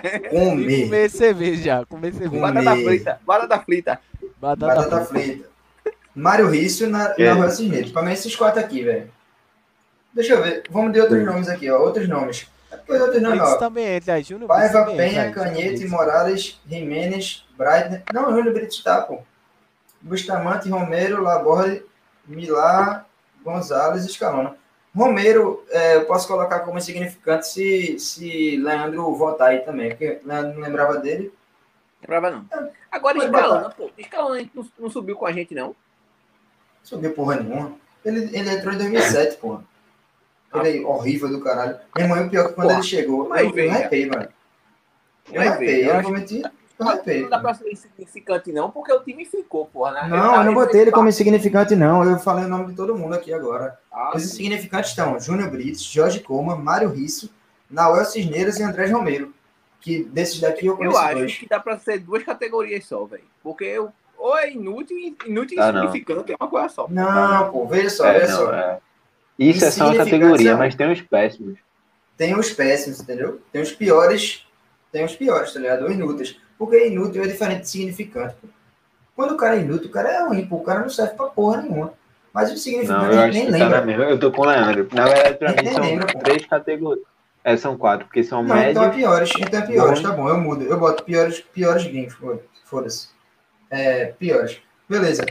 E comer cerveja, comer cerveja. Batata frita. Batata frita. Batata frita. Mário Rício na Rua Cisneros. Pra mim, esses 4 aqui, velho. Deixa eu ver. Vamos de outros nomes aqui, ó. Outros nomes. É porque outros nomes, Brits ó. também entra aí, Júnior Brits Paiva, também entra Penha, aí, Júnior Canhete, Brits. Morales, Jimenez, Breitner. Não, Júnior Brits tá, pô. Bustamante, Romero, Laborde, Milá, Gonzalez e Scalona. Romero, eu posso colocar como insignificante se Leandro votar aí também, porque Leandro não lembrava dele. Lembrava não. Agora, Pode Scalona, pô. Scalona não subiu com a gente, não. Subiu porra nenhuma. Ele entrou em 2007, porra. Ele é horrível do caralho. Meu irmão, o pior é que quando Porra, ele chegou, mas eu veja. hypei, mano. Eu Mas hypei, veja, eu eu não acho vou mentir. Eu Não hypei. dá pra ser insignificante, não, porque o time ficou, porra. Não, eu não botei ele como insignificante, não. Eu falei o nome de todo mundo aqui agora. Ah, Os sim. insignificantes estão Júnior Brits, Jorge Coma, Mário Rício, Nauel Cisneros e Andrés Romero. Que desses daqui eu conheço Eu acho dois. que dá pra ser 2 categorias só, velho. Porque ou é inútil e Ah, não. insignificante é uma coisa só. Não, pô, veja só, veja só. Isso é só uma Insignificantes, categoria, não. mas tem uns péssimos. Tem os péssimos, entendeu? Tem os piores, tá ligado? Os inúteis. Porque inútil é diferente de significante, pô. Quando o cara é inútil, o cara é ruim, pô. O cara não serve pra porra nenhuma. Mas o Não, significante eu a acho gente que nem tá na lembra. mesma. Eu tô com o Leandro. Na verdade, pra mim Nem são lembra, pô. 3 categorias. São 4, porque são Não, então é médios. piores. Então é piores, bons. tá bom, eu mudo. Eu boto piores gringos, foda-se. Piores. Beleza.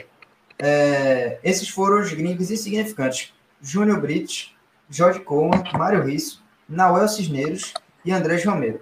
Esses foram os gringos insignificantes. Júnior Brits, Jorge Coleman, Mário Rício, Nauel Cisneros e Andrés Romero.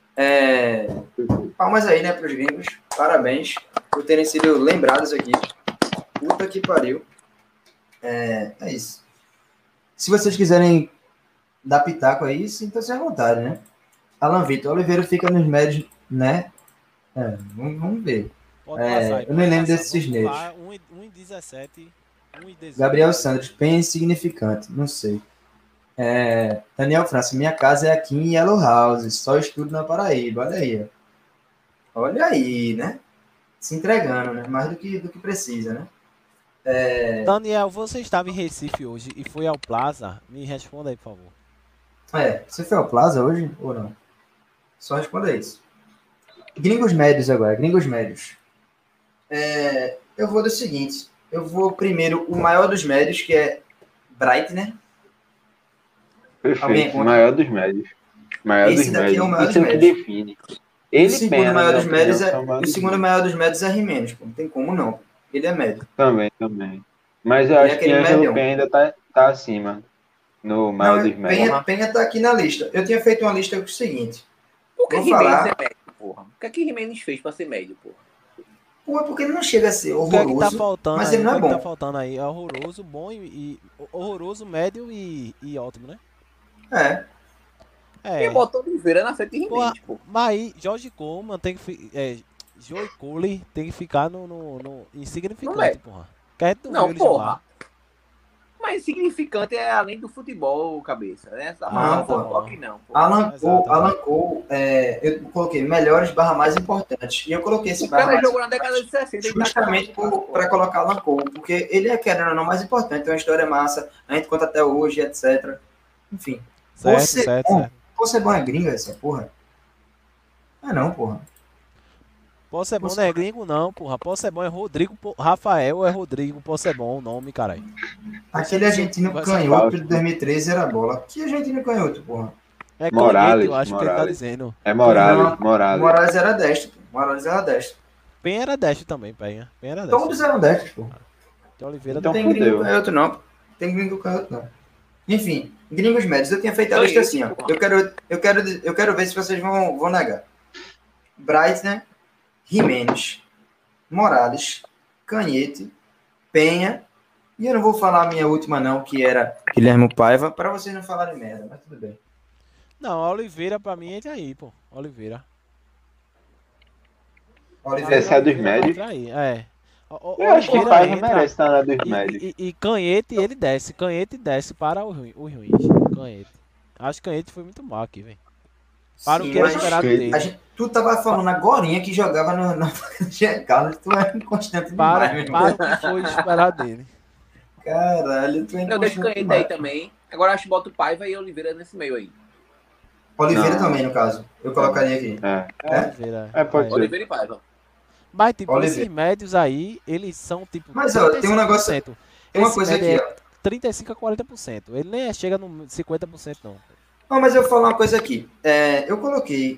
Palmas aí, né, pros gringos. Parabéns por terem sido lembrados aqui. Puta que pariu. É isso. Se vocês quiserem dar pitaco aí, sintam-se à vontade, né? Alan Vitor Oliveira fica nos médios, né? Vamos ver. Pode passar aí, eu não lembro passar. desses Cisneros. 1 e 17, 1 e 18. Gabriel Sanders, bem insignificante, não sei. Daniel França, minha casa é aqui em Yellow House, só estudo na Paraíba, olha aí. Ó. Olha aí, né? Se entregando, né? Mais do que precisa, né? Daniel, você estava em Recife hoje e foi ao Plaza? Me responda aí, por favor. Você foi ao Plaza hoje ou não? Só responda isso. Gringos médios agora, gringos médios. Eu vou do seguinte, eu vou primeiro o maior dos médios, que é Breitner. Perfeito, maior dos médios. Maior Esse dos daqui médios. é o maior Isso é dos o que médios. define. O Ele segundo pena, maior na dos minha médios opinião, são maior o dos segundo maior dos médios é Jimenez, pô. Não tem como não. Ele é médio. Também. Mas eu Ele é acho que aquele Ângelo médium. Penha ainda tá acima. No maior dos médios. Penha tá aqui na lista. Eu tinha feito uma lista com o seguinte. Por que Vou Jimenez falar. é médio, porra? O que é que Jimenez fez pra ser médio, porra? Pô, é porque ele não chega a ser O que é que horroroso, tá faltando mas aí? ele não O é que é que bom. tá faltando aí? É horroroso, bom e horroroso, médio e ótimo, né? E botou Oliveira na frente de Jimenez, porra. Mas aí, Jorge Coleman tem que Joey Cole tem que ficar no insignificante, Não é. porra. Que a gente Não, viu ele porra. jogar. Mas significante é além do futebol, cabeça, né? Não, porra. Aqui não, porra. Alan Cole, eu coloquei melhores barra mais importantes. E eu coloquei esse O barra cara mais jogou na década de 60. ele tá justamente acabando, para colocar Alan Cole, porque ele é, querendo ou não, mais importante. Tem uma história massa, a gente conta até hoje, etc. Enfim. Certo. Você bom é gringa essa porra? Não, porra. Possebon não é gringo, não, porra. Possebon é Rodrigo. Rafael é Rodrigo Possebon, o nome, caralho. Aquele argentino Vai ser canhoto falso. de 2013 era bola. Que argentino canhoto, porra? É Morales, Canhete, eu acho que ele tá Morales. dizendo. É Morales. Morales era destro, pô. Morales era destro. Penha era destro também, Penha. Penha era destro. Todos eram destros, pô. De Oliveira Então, Não tem fudeu. gringo canhoto, não. Tem gringo canhoto, não. Enfim, gringos médios. Eu tinha feito a lista assim, ó. Eu quero ver se vocês vão negar. Breitner, Jimenez, Morales, Canhete, Penha, E eu não vou falar a minha última, não, que era Guilherme Paiva, para vocês não falarem merda, mas tudo bem. Não, a Oliveira pra mim entra aí, pô. Oliveira. Oliveira, Esse é dos Oliveira médios. entra aí, é. Eu acho que o Oliveira Paiva entra, merece estar na dos médios. e Canhete ele desce. Canhete desce para os ruins. Canhete. Acho que Canhete foi muito mal aqui, velho. Para o que era mas esperado dele. tu tava falando agorinha que jogava na Carlos, tu é inconstante demais, meu irmão. Para o que foi esperado dele. Caralho, tu é Eu deixo inconstante Canheta aí demais. também. Agora acho que bota o Paiva e Oliveira nesse meio aí. Oliveira Não. também, no caso. Eu colocaria aqui. É. Oliveira. Pode ser. Oliveira e Paiva. Mas, tipo, Oliveira. esses médios aí, eles são, tipo, Mas, ó, tem um negócio- 35%. Tem uma Esse coisa médio aqui, é ó. 35 a 40%. Ele nem chega no 50%, não. Não, mas eu vou falar uma coisa aqui. Eu coloquei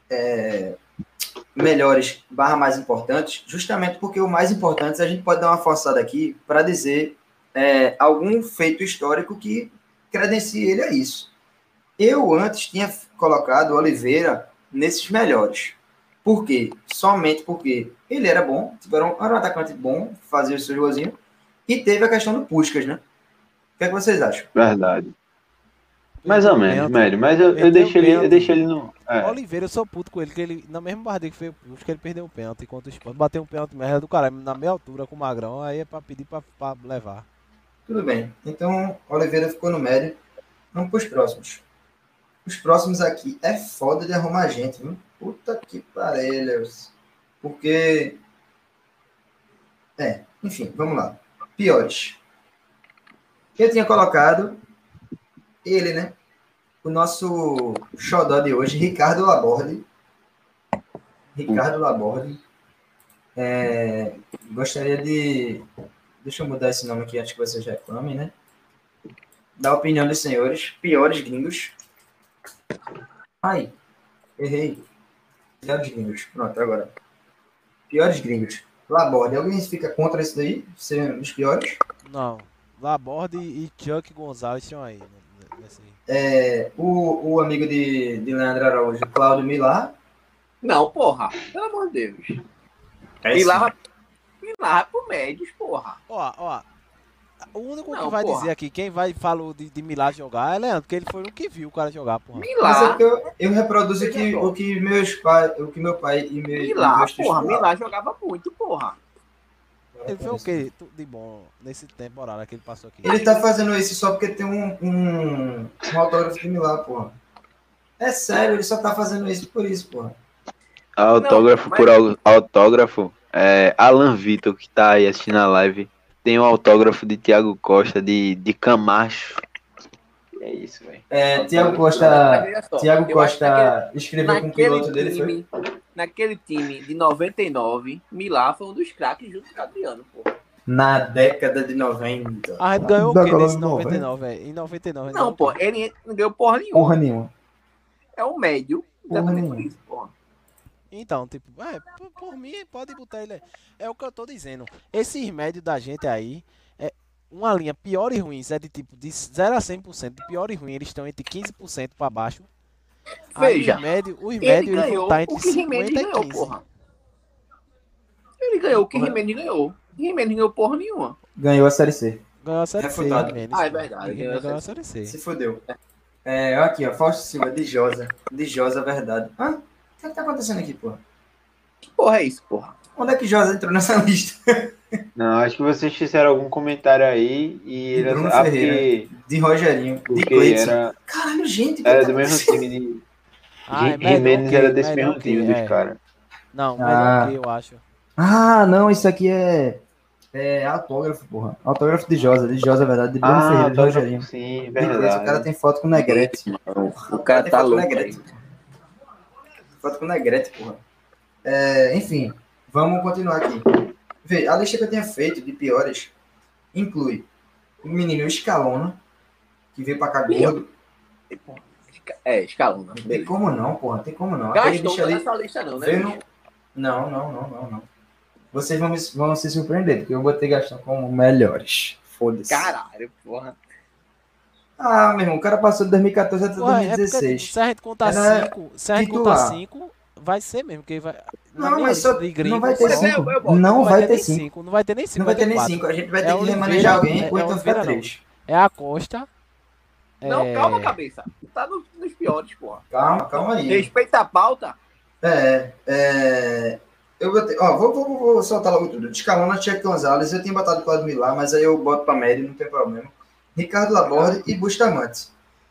melhores barra mais importantes, justamente porque o mais importante a gente pode dar uma forçada aqui para dizer algum feito histórico que credencie ele a isso. Eu antes tinha colocado o Oliveira nesses melhores. Por quê? Somente porque ele era bom, era um atacante bom, fazia o seu golzinho, e teve a questão do Puskás, né? O que é que vocês acham? Verdade. Mais ou menos, Pênalti. médio. Mas eu Perdeu deixo o pênalti. ele no. Oliveira, eu sou puto com ele, que ele, na mesma partida que foi o Pusk, que ele perdeu o pênalti, enquanto o Sport bateu um pênalti merda do caralho, na meia altura com o Magrão, aí é pra pedir pra levar. Tudo bem. Então, Oliveira ficou no médio. Vamos para os próximos. Os próximos aqui é foda de arrumar gente, viu? Puta que pariu. Porque... enfim, vamos lá. Piores. Eu tinha colocado ele, né? O nosso xodó de hoje, Ricardo Laborde. Ricardo Laborde. Gostaria de... Deixa eu mudar esse nome aqui antes que vocês reclamem, né? Da opinião dos senhores, piores gringos. Ai, errei. Piores gringos. Pronto, agora. Piores gringos. Laborde. Alguém fica contra isso daí? Ser um dos piores? Não, Laborde e Chuck Gonzalez estão aí. Nesse aí. O amigo de Leandro Araújo, Cláudio Milar. Não, porra. Pelo amor de Deus. Milar vai pro médios, porra. Ó, o único Não, que vai porra. dizer aqui, quem vai falou de Milar jogar é Leandro, porque ele foi o que viu o cara jogar, porra. Mas é Milar. porque eu reproduzo o que meu pai e Milar, meus tios porra. falavam. Milar jogava muito, porra. Ele foi o que de bom nesse temporada que ele passou aqui? Ele tá fazendo isso só porque tem um autógrafo de Milar, porra. É sério, ele só tá fazendo isso por isso, porra. Autógrafo Não, por autógrafo. Alan Vitor, que tá aí assistindo a live, tem um autógrafo de Thiago Costa, de Camacho. É isso, velho. Thiago Mas Costa, veja só, eu acho que escreveu com o piloto dele, foi? naquele time de 99, Milar foi um dos craques junto com o Adriano, porra. Na década de 90. A gente ganhou o Da que Copa nesse do 99, velho? Em 99. Não, pô, ele não ganhou porra nenhuma. Porra nenhuma. É um médio. Exatamente por isso, porra. Então, tipo, por mim, pode botar ele. É o que eu tô dizendo. Esses médios da gente aí, uma linha pior e ruim, é de tipo de 0 a 100%. De pior e ruim, eles estão entre 15% pra baixo. Veja, Aí, os ele médios eles vão ganhou estar entre o que 50 Jimenez e ganhou, 15. porra. Ele ganhou o que Jimenez ganhou. Jimenez ganhou porra nenhuma. Ganhou a Série C. Ganhou a Série C, Refutado. Jimenez, Ah, é pô. verdade, Jimenez ganhou a Série C. Se fodeu. Aqui, ó. Fausto Silva, de Josa. De Josa, verdade. O que tá acontecendo aqui, porra? Que porra é isso, porra? Onde é que Josa entrou nessa lista? Não, acho que vocês fizeram algum comentário aí e De Bruno Ferreira. De Rogerinho. De porque Cleiton. era Caralho, gente. o que era tá do mesmo acontecendo? time de. É melhor Jimenez que- era desse melhor mesmo que- time dos caras. Não, melhor que eu acho. Não, isso aqui é autógrafo, porra. Autógrafo de Josa, verdade. De Bruno Ferreira, de Rogerinho. Sim, De Cleiton. O cara verdade. tem foto com o Negrete. O cara Tem tá foto com o louco, Negrete. velho. Foto com o Negrete, porra. Enfim, vamos continuar aqui. Vê, a lista que eu tinha feito de piores inclui o menino Escalona, que veio pra cá gordo. Escalona. Tem Beleza. como não, porra. Tem como não. Aquele Gastou bicho ali nessa lista não, né? veio bicho? no... Não. Vocês vão se surpreender, porque eu botei Gastão como melhores. Foda-se. Caralho, porra. Meu irmão, o cara passou de 2014 até Ué, é porque, 2016. tipo, se a gente contar Era 5, se a gente titular. contar 5, vai ser mesmo, que vai. na Não, minha mas lista só, de gringos, não vai ter Mas eu 5. boto. Não vai ter nem 5. cinco, não vai ter nem 5. Não vai ter nem quatro. 5. A gente vai É ter que Oliveira, remanejar alguém, ou é então ficar Oliveira, não. 3. É a Costa. Não, é- calma, cabeça. Tá nos piores, porra. Calma aí. Respeita a pauta. Eu botei, vou soltar logo tudo. Escalona, Checo Gonzalez, eu tinha botado o Claudio Millar, mas aí eu boto pra médio, não tem problema. Ricardo Laborde e Bustamante.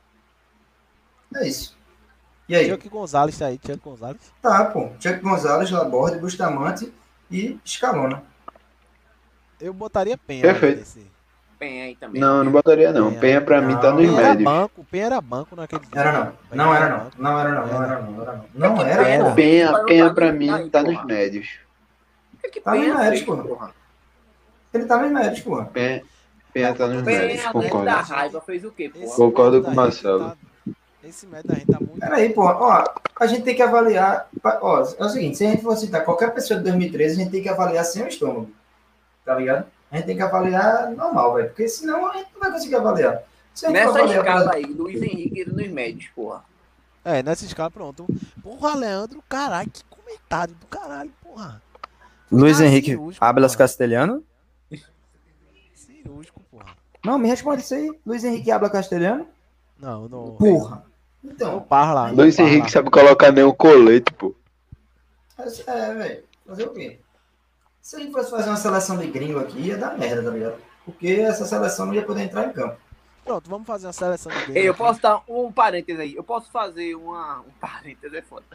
É isso. E aí? Chuck Gonzalez tá aí, Chuck Gonzalez. Tá, pô. Checo Gonzalez, Laborde, Bustamante e Escalona. Eu botaria Penha. Perfeito. nesse. Penha aí também. Não, não botaria não. Penha pra mim tá nos Penha era médios. banco, Penha era banco naquele dia. Era não. Penha Não era banco. não. Não era não. Não era não. Não era não. Não Era. era, pô. Penha pra mim Aí, tá porra. nos médios. O que Tá nos Penha médios, fez, porra. Ele tá nos médios, pô. Penha tá nos médios, Penha, né, concordo. da raiva, fez o quê, Esse porra? Concordo médio com o da gente Marcelo. Esse médio da gente tá muito. Peraí, pô. Ó, a gente tem que avaliar. Ó, é o seguinte, se a gente for citar qualquer pessoa de 2013, a gente tem que avaliar sem o estômago. Tá ligado? A gente tem que avaliar normal, velho. Porque senão a gente não vai conseguir avaliar. Se a gente for Nessa avaliar, escala aí, Luiz Henrique nos médios, porra. Nessa escala, pronto. Porra, Leandro, caralho, que comentário do caralho, porra. Luiz Ah, Henrique cirúrgico, Ábalas porra. Castelhano? Cirúrgico, porra. Não, me responde isso aí. Luiz Henrique Ábalas Castelhano? Não, não. Porra. Eu Então, parla. Luiz Henrique sabe colocar nem um colete, pô. velho. Fazer o quê? Se a gente fosse fazer uma seleção de gringo aqui, ia dar merda, tá ligado? Porque essa seleção não ia poder entrar em campo. Pronto, vamos fazer uma seleção de Ei, eu aqui. posso dar um parêntese aí. Eu posso fazer um parêntese, é foda.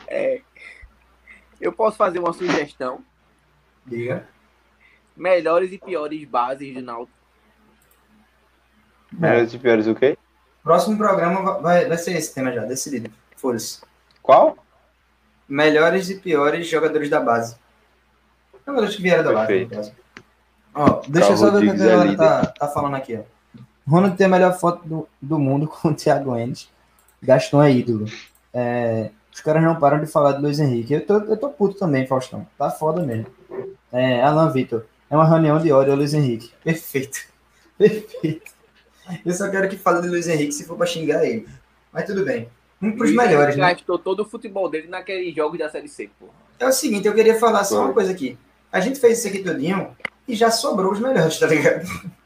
Eu posso fazer uma sugestão. Diga. Melhores e piores bases do Náutico. Melhores e piores o quê? Próximo programa vai ser esse tema já, decidido. Foda-se. Qual? Melhores e piores jogadores da base. Jogadores que vieram da base, no Perfeito. caso. Ó, deixa eu só ver o que a galera tá falando aqui, ó. Ronald tem a melhor foto do mundo com o Thiago Enes. Gaston é ídolo. Os caras não param de falar de Luiz Henrique. Eu tô puto também, Faustão. Tá foda mesmo. Alan Vitor. É uma reunião de ódio ao Luiz Henrique. Perfeito. Perfeito. Eu só quero que fale de Luiz Henrique se for pra xingar ele. Mas tudo bem. Um pros melhores, né? Gastou todo o futebol dele naqueles jogos da Série C, porra. É o seguinte, eu queria falar só uma coisa aqui. A gente fez isso aqui todinho e já sobrou os melhores, tá ligado?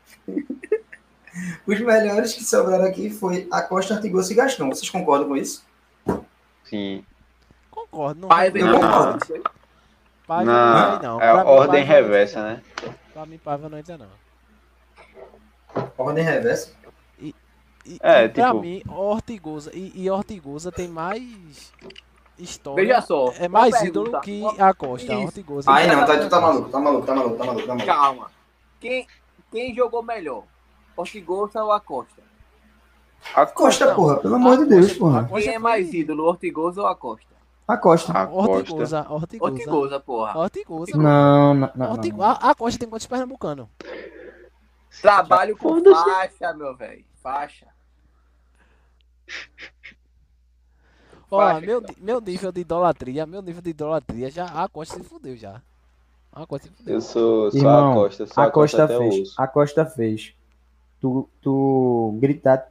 Os melhores que sobraram aqui foi Acosta, Artigoso e Gaston. Vocês concordam com isso? Sim. Concordo. Não Pai, vai- velho, Eu não. concordo. Paiva Não, não entra, não. é Pra mim, ordem Paiva não entra, reversa, não. né? Pra mim, Paiva não entra, não. Ordem reversa. E É, pra tipo- mim, Ortigosa e Ortigosa tem mais história. Veja só. É mais uma ídolo pergunta, que uma- Acosta. Isso. Ortigosa. Ai, não, tu tá maluco. Calma. Quem jogou melhor? Ortigosa ou Acosta? Acosta, Não. porra, pelo amor de Deus, Acosta- porra. Acosta Quem é foi- mais ídolo, Ortigosa ou Acosta? Acosta. Acosta. Ortigosa, porra. Ortigosa. Não. Acosta tem quantos pernambucanos? Trabalho com Foda-se. faixa, meu velho. Faixa. Ó, Faixa, meu nível de idolatria já. A Acosta se fudeu já. A Acosta se fudeu. Eu sou só Irmão, Acosta, só Acosta até o osso. Acosta fez. Tu gritar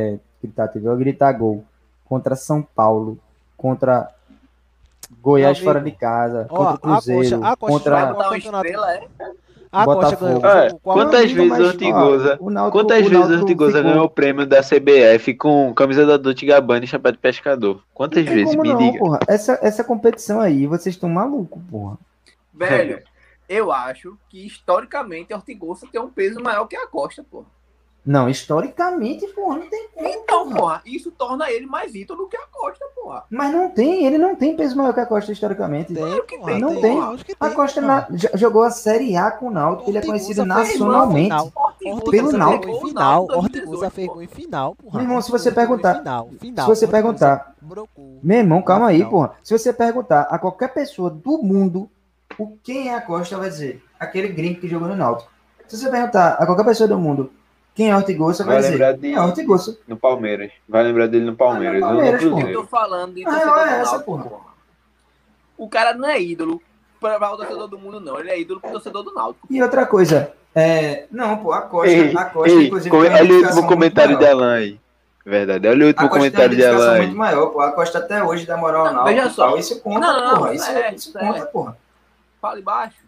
gol contra São Paulo, contra Goiás Meu fora amigo, de casa, ó, contra o Cruzeiro, Acosta Vai contra botar uma campeonato. estrela, é? A Acosta Botafogo. ganhou. É, Qual- quantas Amigo, vezes mas, o Ortigosa- ó, o Náutico- Quantas o vezes o Náutico Ortigosa ficou- ganhou o prêmio da CBF com camisa da Dolce Gabbana e chapéu de pescador? Quantas Não tem vezes? como Me não, diga. porra. Essa competição aí, vocês estão malucos, porra. Velho, eu acho que historicamente Ortigosa tem um peso maior que a Costa, porra. Não, historicamente, porra, não tem como. Então, porra, isso torna ele mais ídolo que a Costa, porra. Mas não tem, ele não tem peso maior que a Costa historicamente. Tem, que porra, tem, não tem. lógico que A tem, Costa porra. jogou a Série A com o Náutico, ele é Ortigosa conhecido fez nacionalmente. gol em Ortigosa Pelo fez Náutico. gol Em no final, Náutico Ortigosa 2018, fez porra. gol em final, porra. Meu irmão, se você Ortigosa fez gol em perguntar- final, se você perguntar- brocou. Meu irmão, calma aí, Não. porra. Se você perguntar a qualquer pessoa do mundo quem é a Costa, vai dizer aquele gringo que jogou no Náutico. Se você perguntar a qualquer pessoa do mundo quem é Ortigosa, vai Vai dizer lembrar de- é Ortigosa. No Palmeiras. Vai lembrar dele no Palmeiras. Ah, no ou no Palmeiras, Eu Cruzeiro. tô falando de Ah, torcedor é do essa, Náutico, porra. porra. O cara não é ídolo para o torcedor do mundo, não. Ele é ídolo pro torcedor do Náutico. E outra coisa, não, pô, a Costa, Ei, a Costa, ei, inclusive, olha tem uma o identificação último muito comentário maior. de Alan aí. Verdade. Olha o A último Costa tem uma comentário de identificação Elaine. muito maior, pô. A Costa até hoje dá moral ao Não, Náutico veja e tal. só. Isso conta, Não, porra. Isso certo. conta, porra. Fale baixo.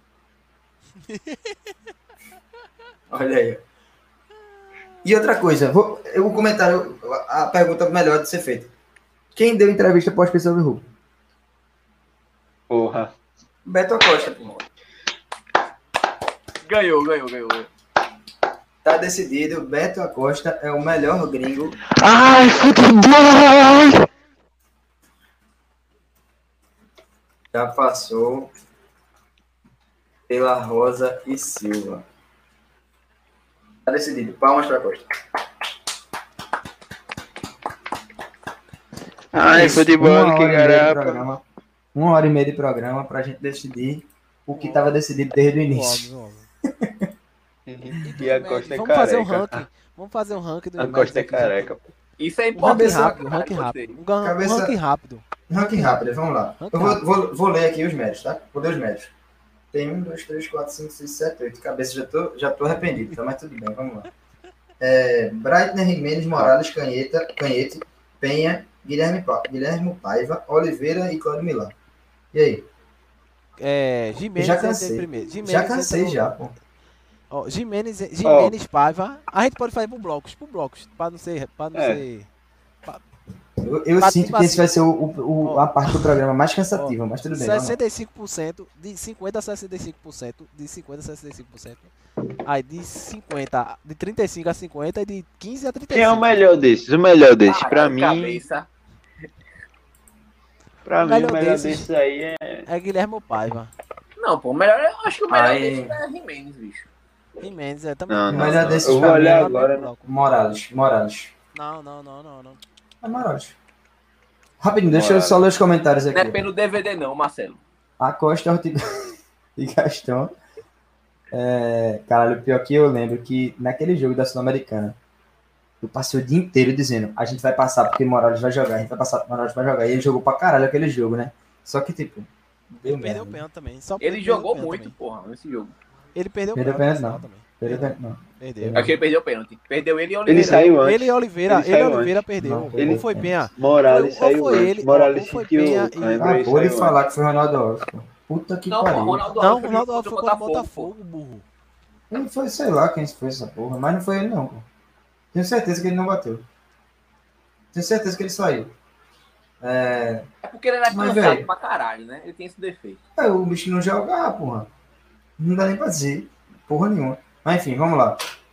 Olha aí. E outra coisa, o comentário, a pergunta melhor de ser feita. Quem deu entrevista pós-pensão do Hulk? Porra. Beto Acosta, porra. Ganhou. Tá decidido, Beto Acosta é o melhor gringo. Ai, futebol! Já passou pela Rosa e Silva. Tá decidido. Palmas pra Costa. Ai, Isso, futebol, que garapa. 1h30 de programa pra gente decidir o que tava decidido desde o início. Óbvio. E a Costa é Vamos fazer um careca. ranking. Vamos fazer um ranking do A Costa é Imagens aqui, já. careca. Isso é Um ranking importante. rápido, um pra ranking caralho, rápido. gostei. Um Cabeça- ranking rápido. Ranking rápido, vamos lá. Ranking Eu vou ler aqui os méritos, tá? Vou ler os méritos. Tem 1, 2, 3, 4, 5, 6, 7, 8. Cabeça, já tô arrependido, tá? Mas tudo bem, vamos lá. Breitner, Jimenez, Morales, Canhete, Penha, Guilherme Paiva, Oliveira e Cláudio Millar. E aí? Jimenez Já entra em cansei. primeiro. Jimenez Já cansei entra- já, pô. Ó, Jimenez, Paiva. A gente pode fazer por blocos, pra não ser. Eu Mas, sinto tipo que esse assim, vai ser a parte do programa mais cansativa, mas tudo bem. Vamos lá. 65%, de 50 a 65%, de 50 a 65%. Aí de 50, de 35 a 50 e de 15 a 35. Quem é o melhor desses? O melhor desses, pra Caralho, mim. Cabeça. Pra mim, melhor o melhor desses- desses aí é. É Guilherme Paiva. Não, pô, melhor, eu acho que o melhor Aí- desse é Jimenez, bicho. Jimenez também. Não, O melhor desses Eu vou pra mim olhar é agora. Morales. Não. É Morales. Rapidinho, deixa eu só ler os comentários Não é aqui. pelo DVD não, Marcelo. A Costa Ortigosa e Gastão. Caralho, pior que eu lembro que naquele jogo da Sul-Americana, eu passei o dia inteiro dizendo, a gente vai passar porque Morales vai jogar, a gente vai passar porque Morales vai jogar. E ele jogou pra caralho aquele jogo, né? Só que, tipo, deu Ele perdeu o merda. pênalti também. Só Ele perdeu o jogou pênalti muito, também. porra, nesse jogo. Ele perdeu o Perdeu pênalti pênalti, no não. final também. Perdeu, não. Perdeu. Aqui ele perdeu o pênalti. Perdeu ele e Ele Oliveira. saiu antes. Ele e Oliveira, Ele saiu Oliveira antes. perdeu. Não, Ou ele- foi Penha? Morales Ou saiu foi antes. ele, Morales ou foi sentiu Penha o e- cãibra e Acabou de saiu falar que foi Ronaldo Alves, pô. Puta que Não, pô, pariu. Ronaldo Não, Alves o Ronaldo contra foi o contra o Botafogo, Botafogo, burro. Ele foi, sei lá quem foi essa porra, mas não foi ele não, pô. Tenho certeza que ele não bateu. Tenho certeza que ele saiu. É porque ele era Mas, cansado velho, pra caralho, né? Ele tem esse defeito. o bicho não joga, porra. Não dá nem pra dizer. Porra nenhuma. Mas enfim, vamos lá.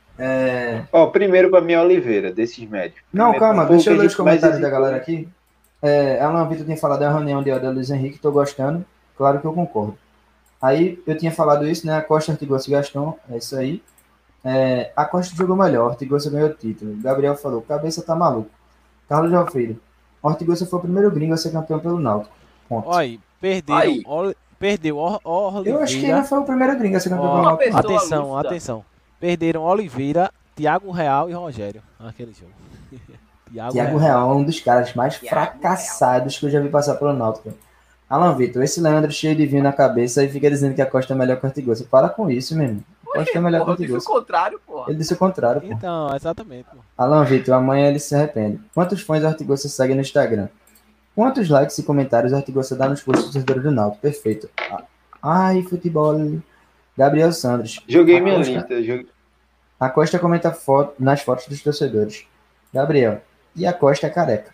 Ó, primeiro pra mim é Oliveira, desses médios. Não, Primeiro, calma, foi o deixa eu que a ler os gente mais comentários da hesitou. galera aqui. Alan Vitor tinha falado da reunião de Oda Luiz Henrique, tô gostando. Claro que eu concordo. Aí eu tinha falado isso, né? A Costa, Ortigosa e Gastão, é isso aí. A Costa jogou melhor, Ortigosa ganhou o título. Gabriel falou, cabeça tá maluco. Carlos de Alfredo, Ortigosa foi o primeiro gringo a ser campeão pelo Náutico. Ponto. Olha aí, perderam. Aí. Perdeu Eu acho que ele Oliveira. não foi o primeiro gringo a ser campeão Ó, pelo Uma Náutico. pessoa Atenção, lúcida. atenção. Perderam Oliveira, Thiago Real e Rogério naquele jogo. Thiago Real é um dos caras mais Thiago fracassados que eu já vi passar pelo Náutico. Alan Vitor, esse Leandro cheio de vinho na cabeça e fica dizendo que a Costa é melhor que a Ortigosa. Para com isso, mesmo. A Costa é melhor que a Porra, eu disse o Ortigosa. contrário, porra. Ele disse o contrário, pô. Então, exatamente. Pô. Alan Vitor, amanhã ele se arrepende. Quantos fãs da Ortigosa segue no Instagram? Quantos likes e comentários a Ortigosa dá nos posts do torcedor do Náutico? Perfeito. Ai, futebol. Gabriel Sandros. Joguei A minha Costa- lista. A Costa comenta nas fotos dos torcedores. Gabriel. E a Costa é careca.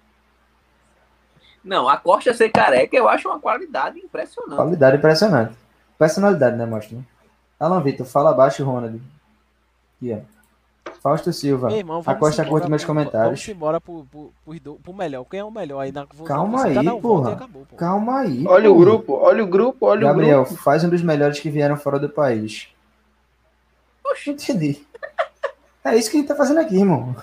Não, a Costa ser careca eu acho uma qualidade impressionante. Qualidade impressionante. Personalidade, né, mostra? Alan Vitor, fala baixo, Ronald. Aqui, ó. Fausto Silva. Meu irmão, A vamos Costa embora curte meus comentários. Vamos embora pro melhor. Quem é o melhor aí na Calma aí, cada um volta e porra. acabou, pô. Calma aí. Olha o porra. grupo, olha o grupo, olha Gabriel, o grupo. faz um dos melhores que vieram fora do país. Oxi. Não entendi. É isso que a gente tá fazendo aqui, irmão.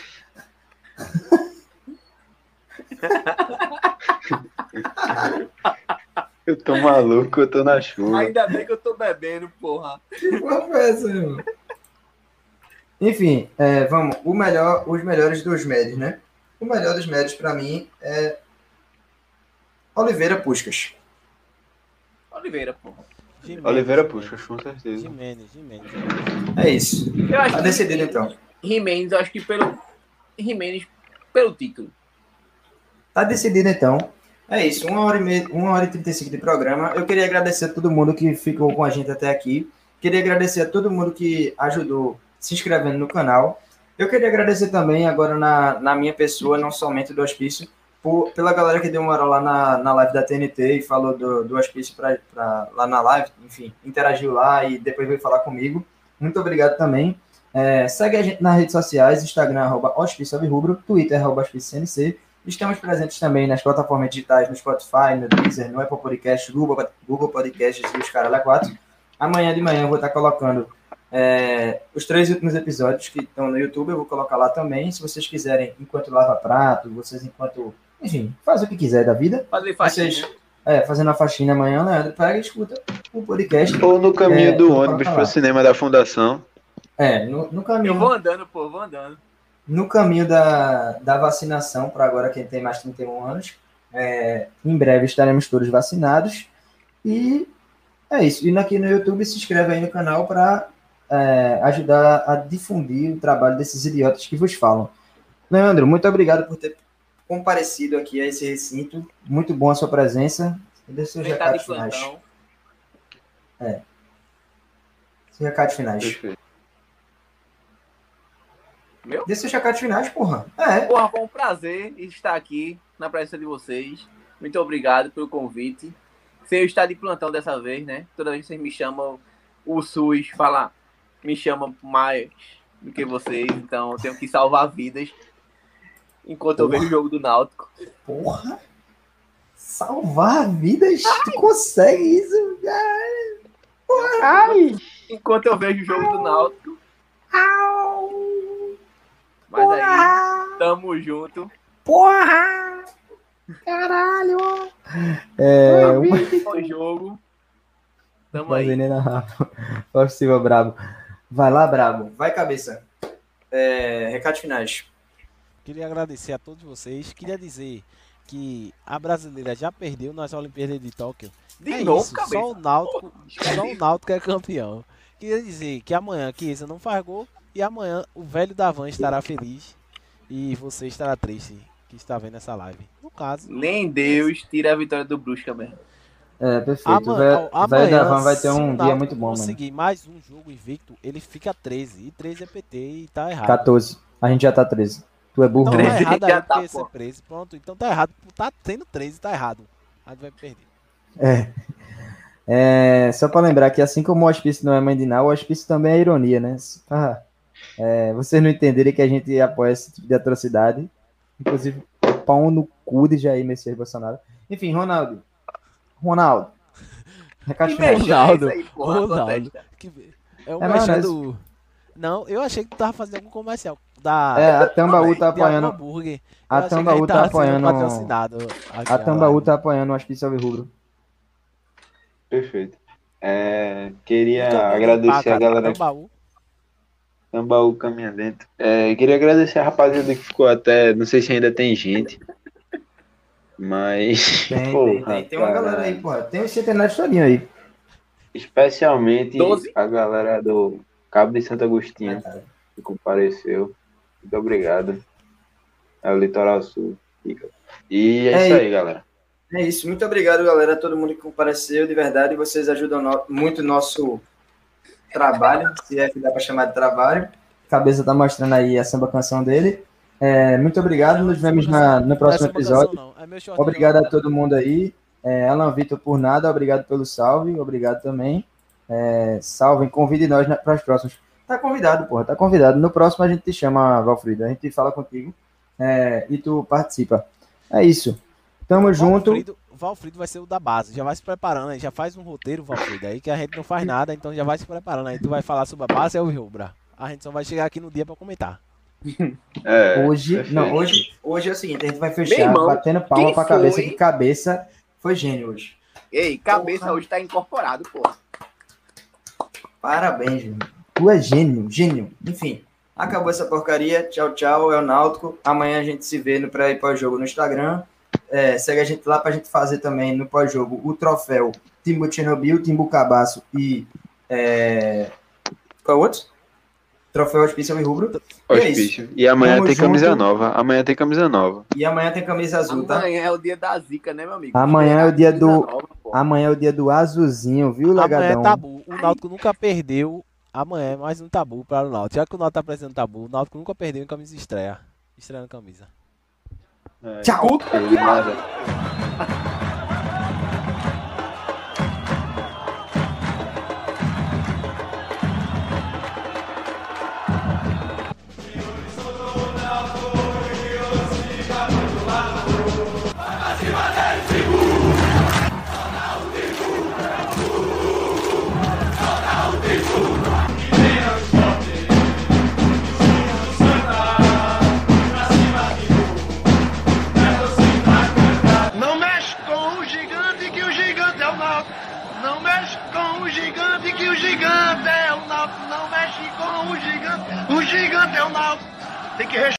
Eu tô maluco, eu tô na chuva. Ainda bem que eu tô bebendo, porra. Que porra foi essa, irmão? Enfim, vamos. Os melhores dos médios, né? O melhor dos médios pra mim é Oliveira Puskas. Oliveira, porra. Jimenez, Oliveira Jimenez. puxa, com certeza. Jimenez. É isso. Eu acho Tá que decidido então. Jimenez, eu acho que pelo. Jimenez, pelo título. Tá decidido, então. É isso, 1 hora e 35 de programa. Eu queria agradecer a todo mundo que ficou com a gente até aqui. Queria agradecer a todo mundo que ajudou se inscrevendo no canal. Eu queria agradecer também, agora na minha pessoa, não somente do hospício, pela galera que deu uma hora lá na live da TNT e falou do hospício lá na live, enfim, interagiu lá e depois veio falar comigo. Muito obrigado também. Segue a gente nas redes sociais, Instagram, @hospício_rubro, Twitter, @hospício_cnc. Estamos presentes também nas plataformas digitais, no Spotify, no Deezer, no Apple Podcast, Google Podcasts e os caras 4. Amanhã de manhã eu vou estar colocando os 3 últimos episódios que estão no YouTube, eu vou colocar lá também. Se vocês quiserem, enquanto lava prato, enfim, faz o que quiser da vida. Fazer faxina. Vocês, fazendo a faxina amanhã, Leandro, pega e escuta o podcast. Ou no caminho do eu vou ônibus falar. pro cinema da Fundação. No caminho. Eu vou andando, pô, vou andando. No caminho da vacinação, para agora quem tem mais de 31 anos, em breve estaremos todos vacinados. E é isso. E aqui no YouTube, se inscreve aí no canal para ajudar a difundir o trabalho desses idiotas que vos falam. Leandro, muito obrigado por ter comparecido aqui a esse recinto. Muito bom a sua presença. E dê seus Quem tá recados de finais. plantão. Seus recados finais. Perfeito. Meu? Dê seus recados finais, porra. Porra, foi um prazer estar aqui na presença de vocês. Muito obrigado pelo convite. Sem eu estar de plantão dessa vez, né? Toda vez que vocês me chamam, o SUS me chama mais do que vocês, então eu tenho que salvar vidas enquanto eu vejo o jogo do Náutico. Porra! Salvar vidas? Tu consegue isso? Ai! Enquanto eu vejo o jogo do Náutico. Mas aí, tamo junto. Porra! Caralho! Foi jogo. Tamo Vai aí. veneno rápido. Possível, brabo. Vai lá, brabo. Vai, cabeça. Recados finais. Queria agradecer a todos vocês. Queria dizer que a brasileira já perdeu nas Olimpíadas de Tóquio. De novo, isso, cabeça. só o Náutico é campeão. Queria dizer que amanhã a Chiesa não faz gol e amanhã o velho Davan estará feliz e você estará triste que está vendo essa live. No caso, Nem Deus tira a vitória do Brusca mesmo. Perfeito. O velho Davan vai ter um dia muito bom, mano. conseguir mais um jogo invicto, ele fica 13. E 13 é PT e tá errado. 14. A gente já tá 13. Tu é burro, Então né? tá 13 errado já aí tá, porque pô. ser preso. Pronto, então tá errado. Tá tendo 13, tá errado. A gente vai perder. Só pra lembrar que assim como o hospício não é mãe de nada, o hospício também é ironia, né? Vocês não entenderem que a gente apoia esse tipo de atrocidade. Inclusive, pau no cu de Jair Messias Bolsonaro. Enfim, Ronaldo. Recado Que final. merda. Ronaldo. É isso aí, porra, Ronaldo. É um É merchan maionese. do... Não, eu achei que tu tava fazendo algum comercial. Da... A Tambaú tá de algum apoiando. hambúrguer. A Eu achei que Tambaú gente tá tava sendo apoiando. patrocinado aqui A na Tambaú live. tá apoiando o hospício alvirrubro. Perfeito. No Queria caminho do agradecer Pá, a cara, galera Tambaú. Tambaú caminha dentro. Queria agradecer a rapaziada que ficou até. Não sei se ainda tem gente. Mas. Porra, Tem uma cara, galera aí, pô. Tem os centenários todinho aí. Especialmente 12? a galera do Cabo de Santo Agostinho Cara. que compareceu. Muito obrigado. É o Litoral Sul. Fica. E é isso aí, galera. É isso. Muito obrigado, galera. Todo mundo que compareceu, de verdade. Vocês ajudam muito o nosso trabalho, se é que dá para chamar de trabalho. Cabeça tá mostrando aí a samba canção dele. Muito obrigado. Nos vemos no próximo episódio. Obrigado a todo mundo aí. Alan Vitor por nada. Obrigado pelo salve. Obrigado também. Salvem, convide nós para os próximos. Tá convidado, porra. Tá convidado. No próximo a gente te chama, Valfrido. A gente fala contigo e tu participa. É isso. Tamo junto. Valfrido vai ser o da base, já vai se preparando aí, já faz um roteiro, Valfrido, aí que a gente não faz nada, então já vai se preparando aí, tu vai falar sobre a base, é o Rubra. A gente só vai chegar aqui no dia pra comentar. Hoje é o seguinte, a gente vai fechar Meu irmão, batendo palma quem pra cabeça, foi? que cabeça foi gênio hoje. Ei, cabeça Porra. hoje tá incorporado, porra. Parabéns, Júnior. Tu é gênio. Enfim, acabou essa porcaria. Tchau, tchau. É o Náutico. Amanhã a gente se vê no pré e pós-jogo no Instagram. Segue a gente lá pra gente fazer também no pós-jogo o troféu Timbu Chernobyl, Timbu Cabaço e... Qual é o outro? Troféu Hospício Alvirrubro. E é isso. Hospício. E amanhã Tamo tem camisa junto. nova. Amanhã tem camisa nova. E amanhã tem camisa azul, tá? Amanhã é o dia da zica, né, meu amigo? Amanhã é o dia do- Camisa nova, pô. Amanhã é o dia do azulzinho, viu, Amanhã é Legadão? tabu. O Náutico nunca perdeu. Amanhã é mais um tabu para o Náutico. Já que o Náutico tá apresentando tabu, o Náutico nunca perdeu em camisa de estreia. Estreando camisa. Tchau! Ei, nada. Não mexe com o gigante, que o gigante é o Náutico. Não mexe com o gigante, que o gigante é o Náutico. Não mexe com o gigante é o Náutico. Tem que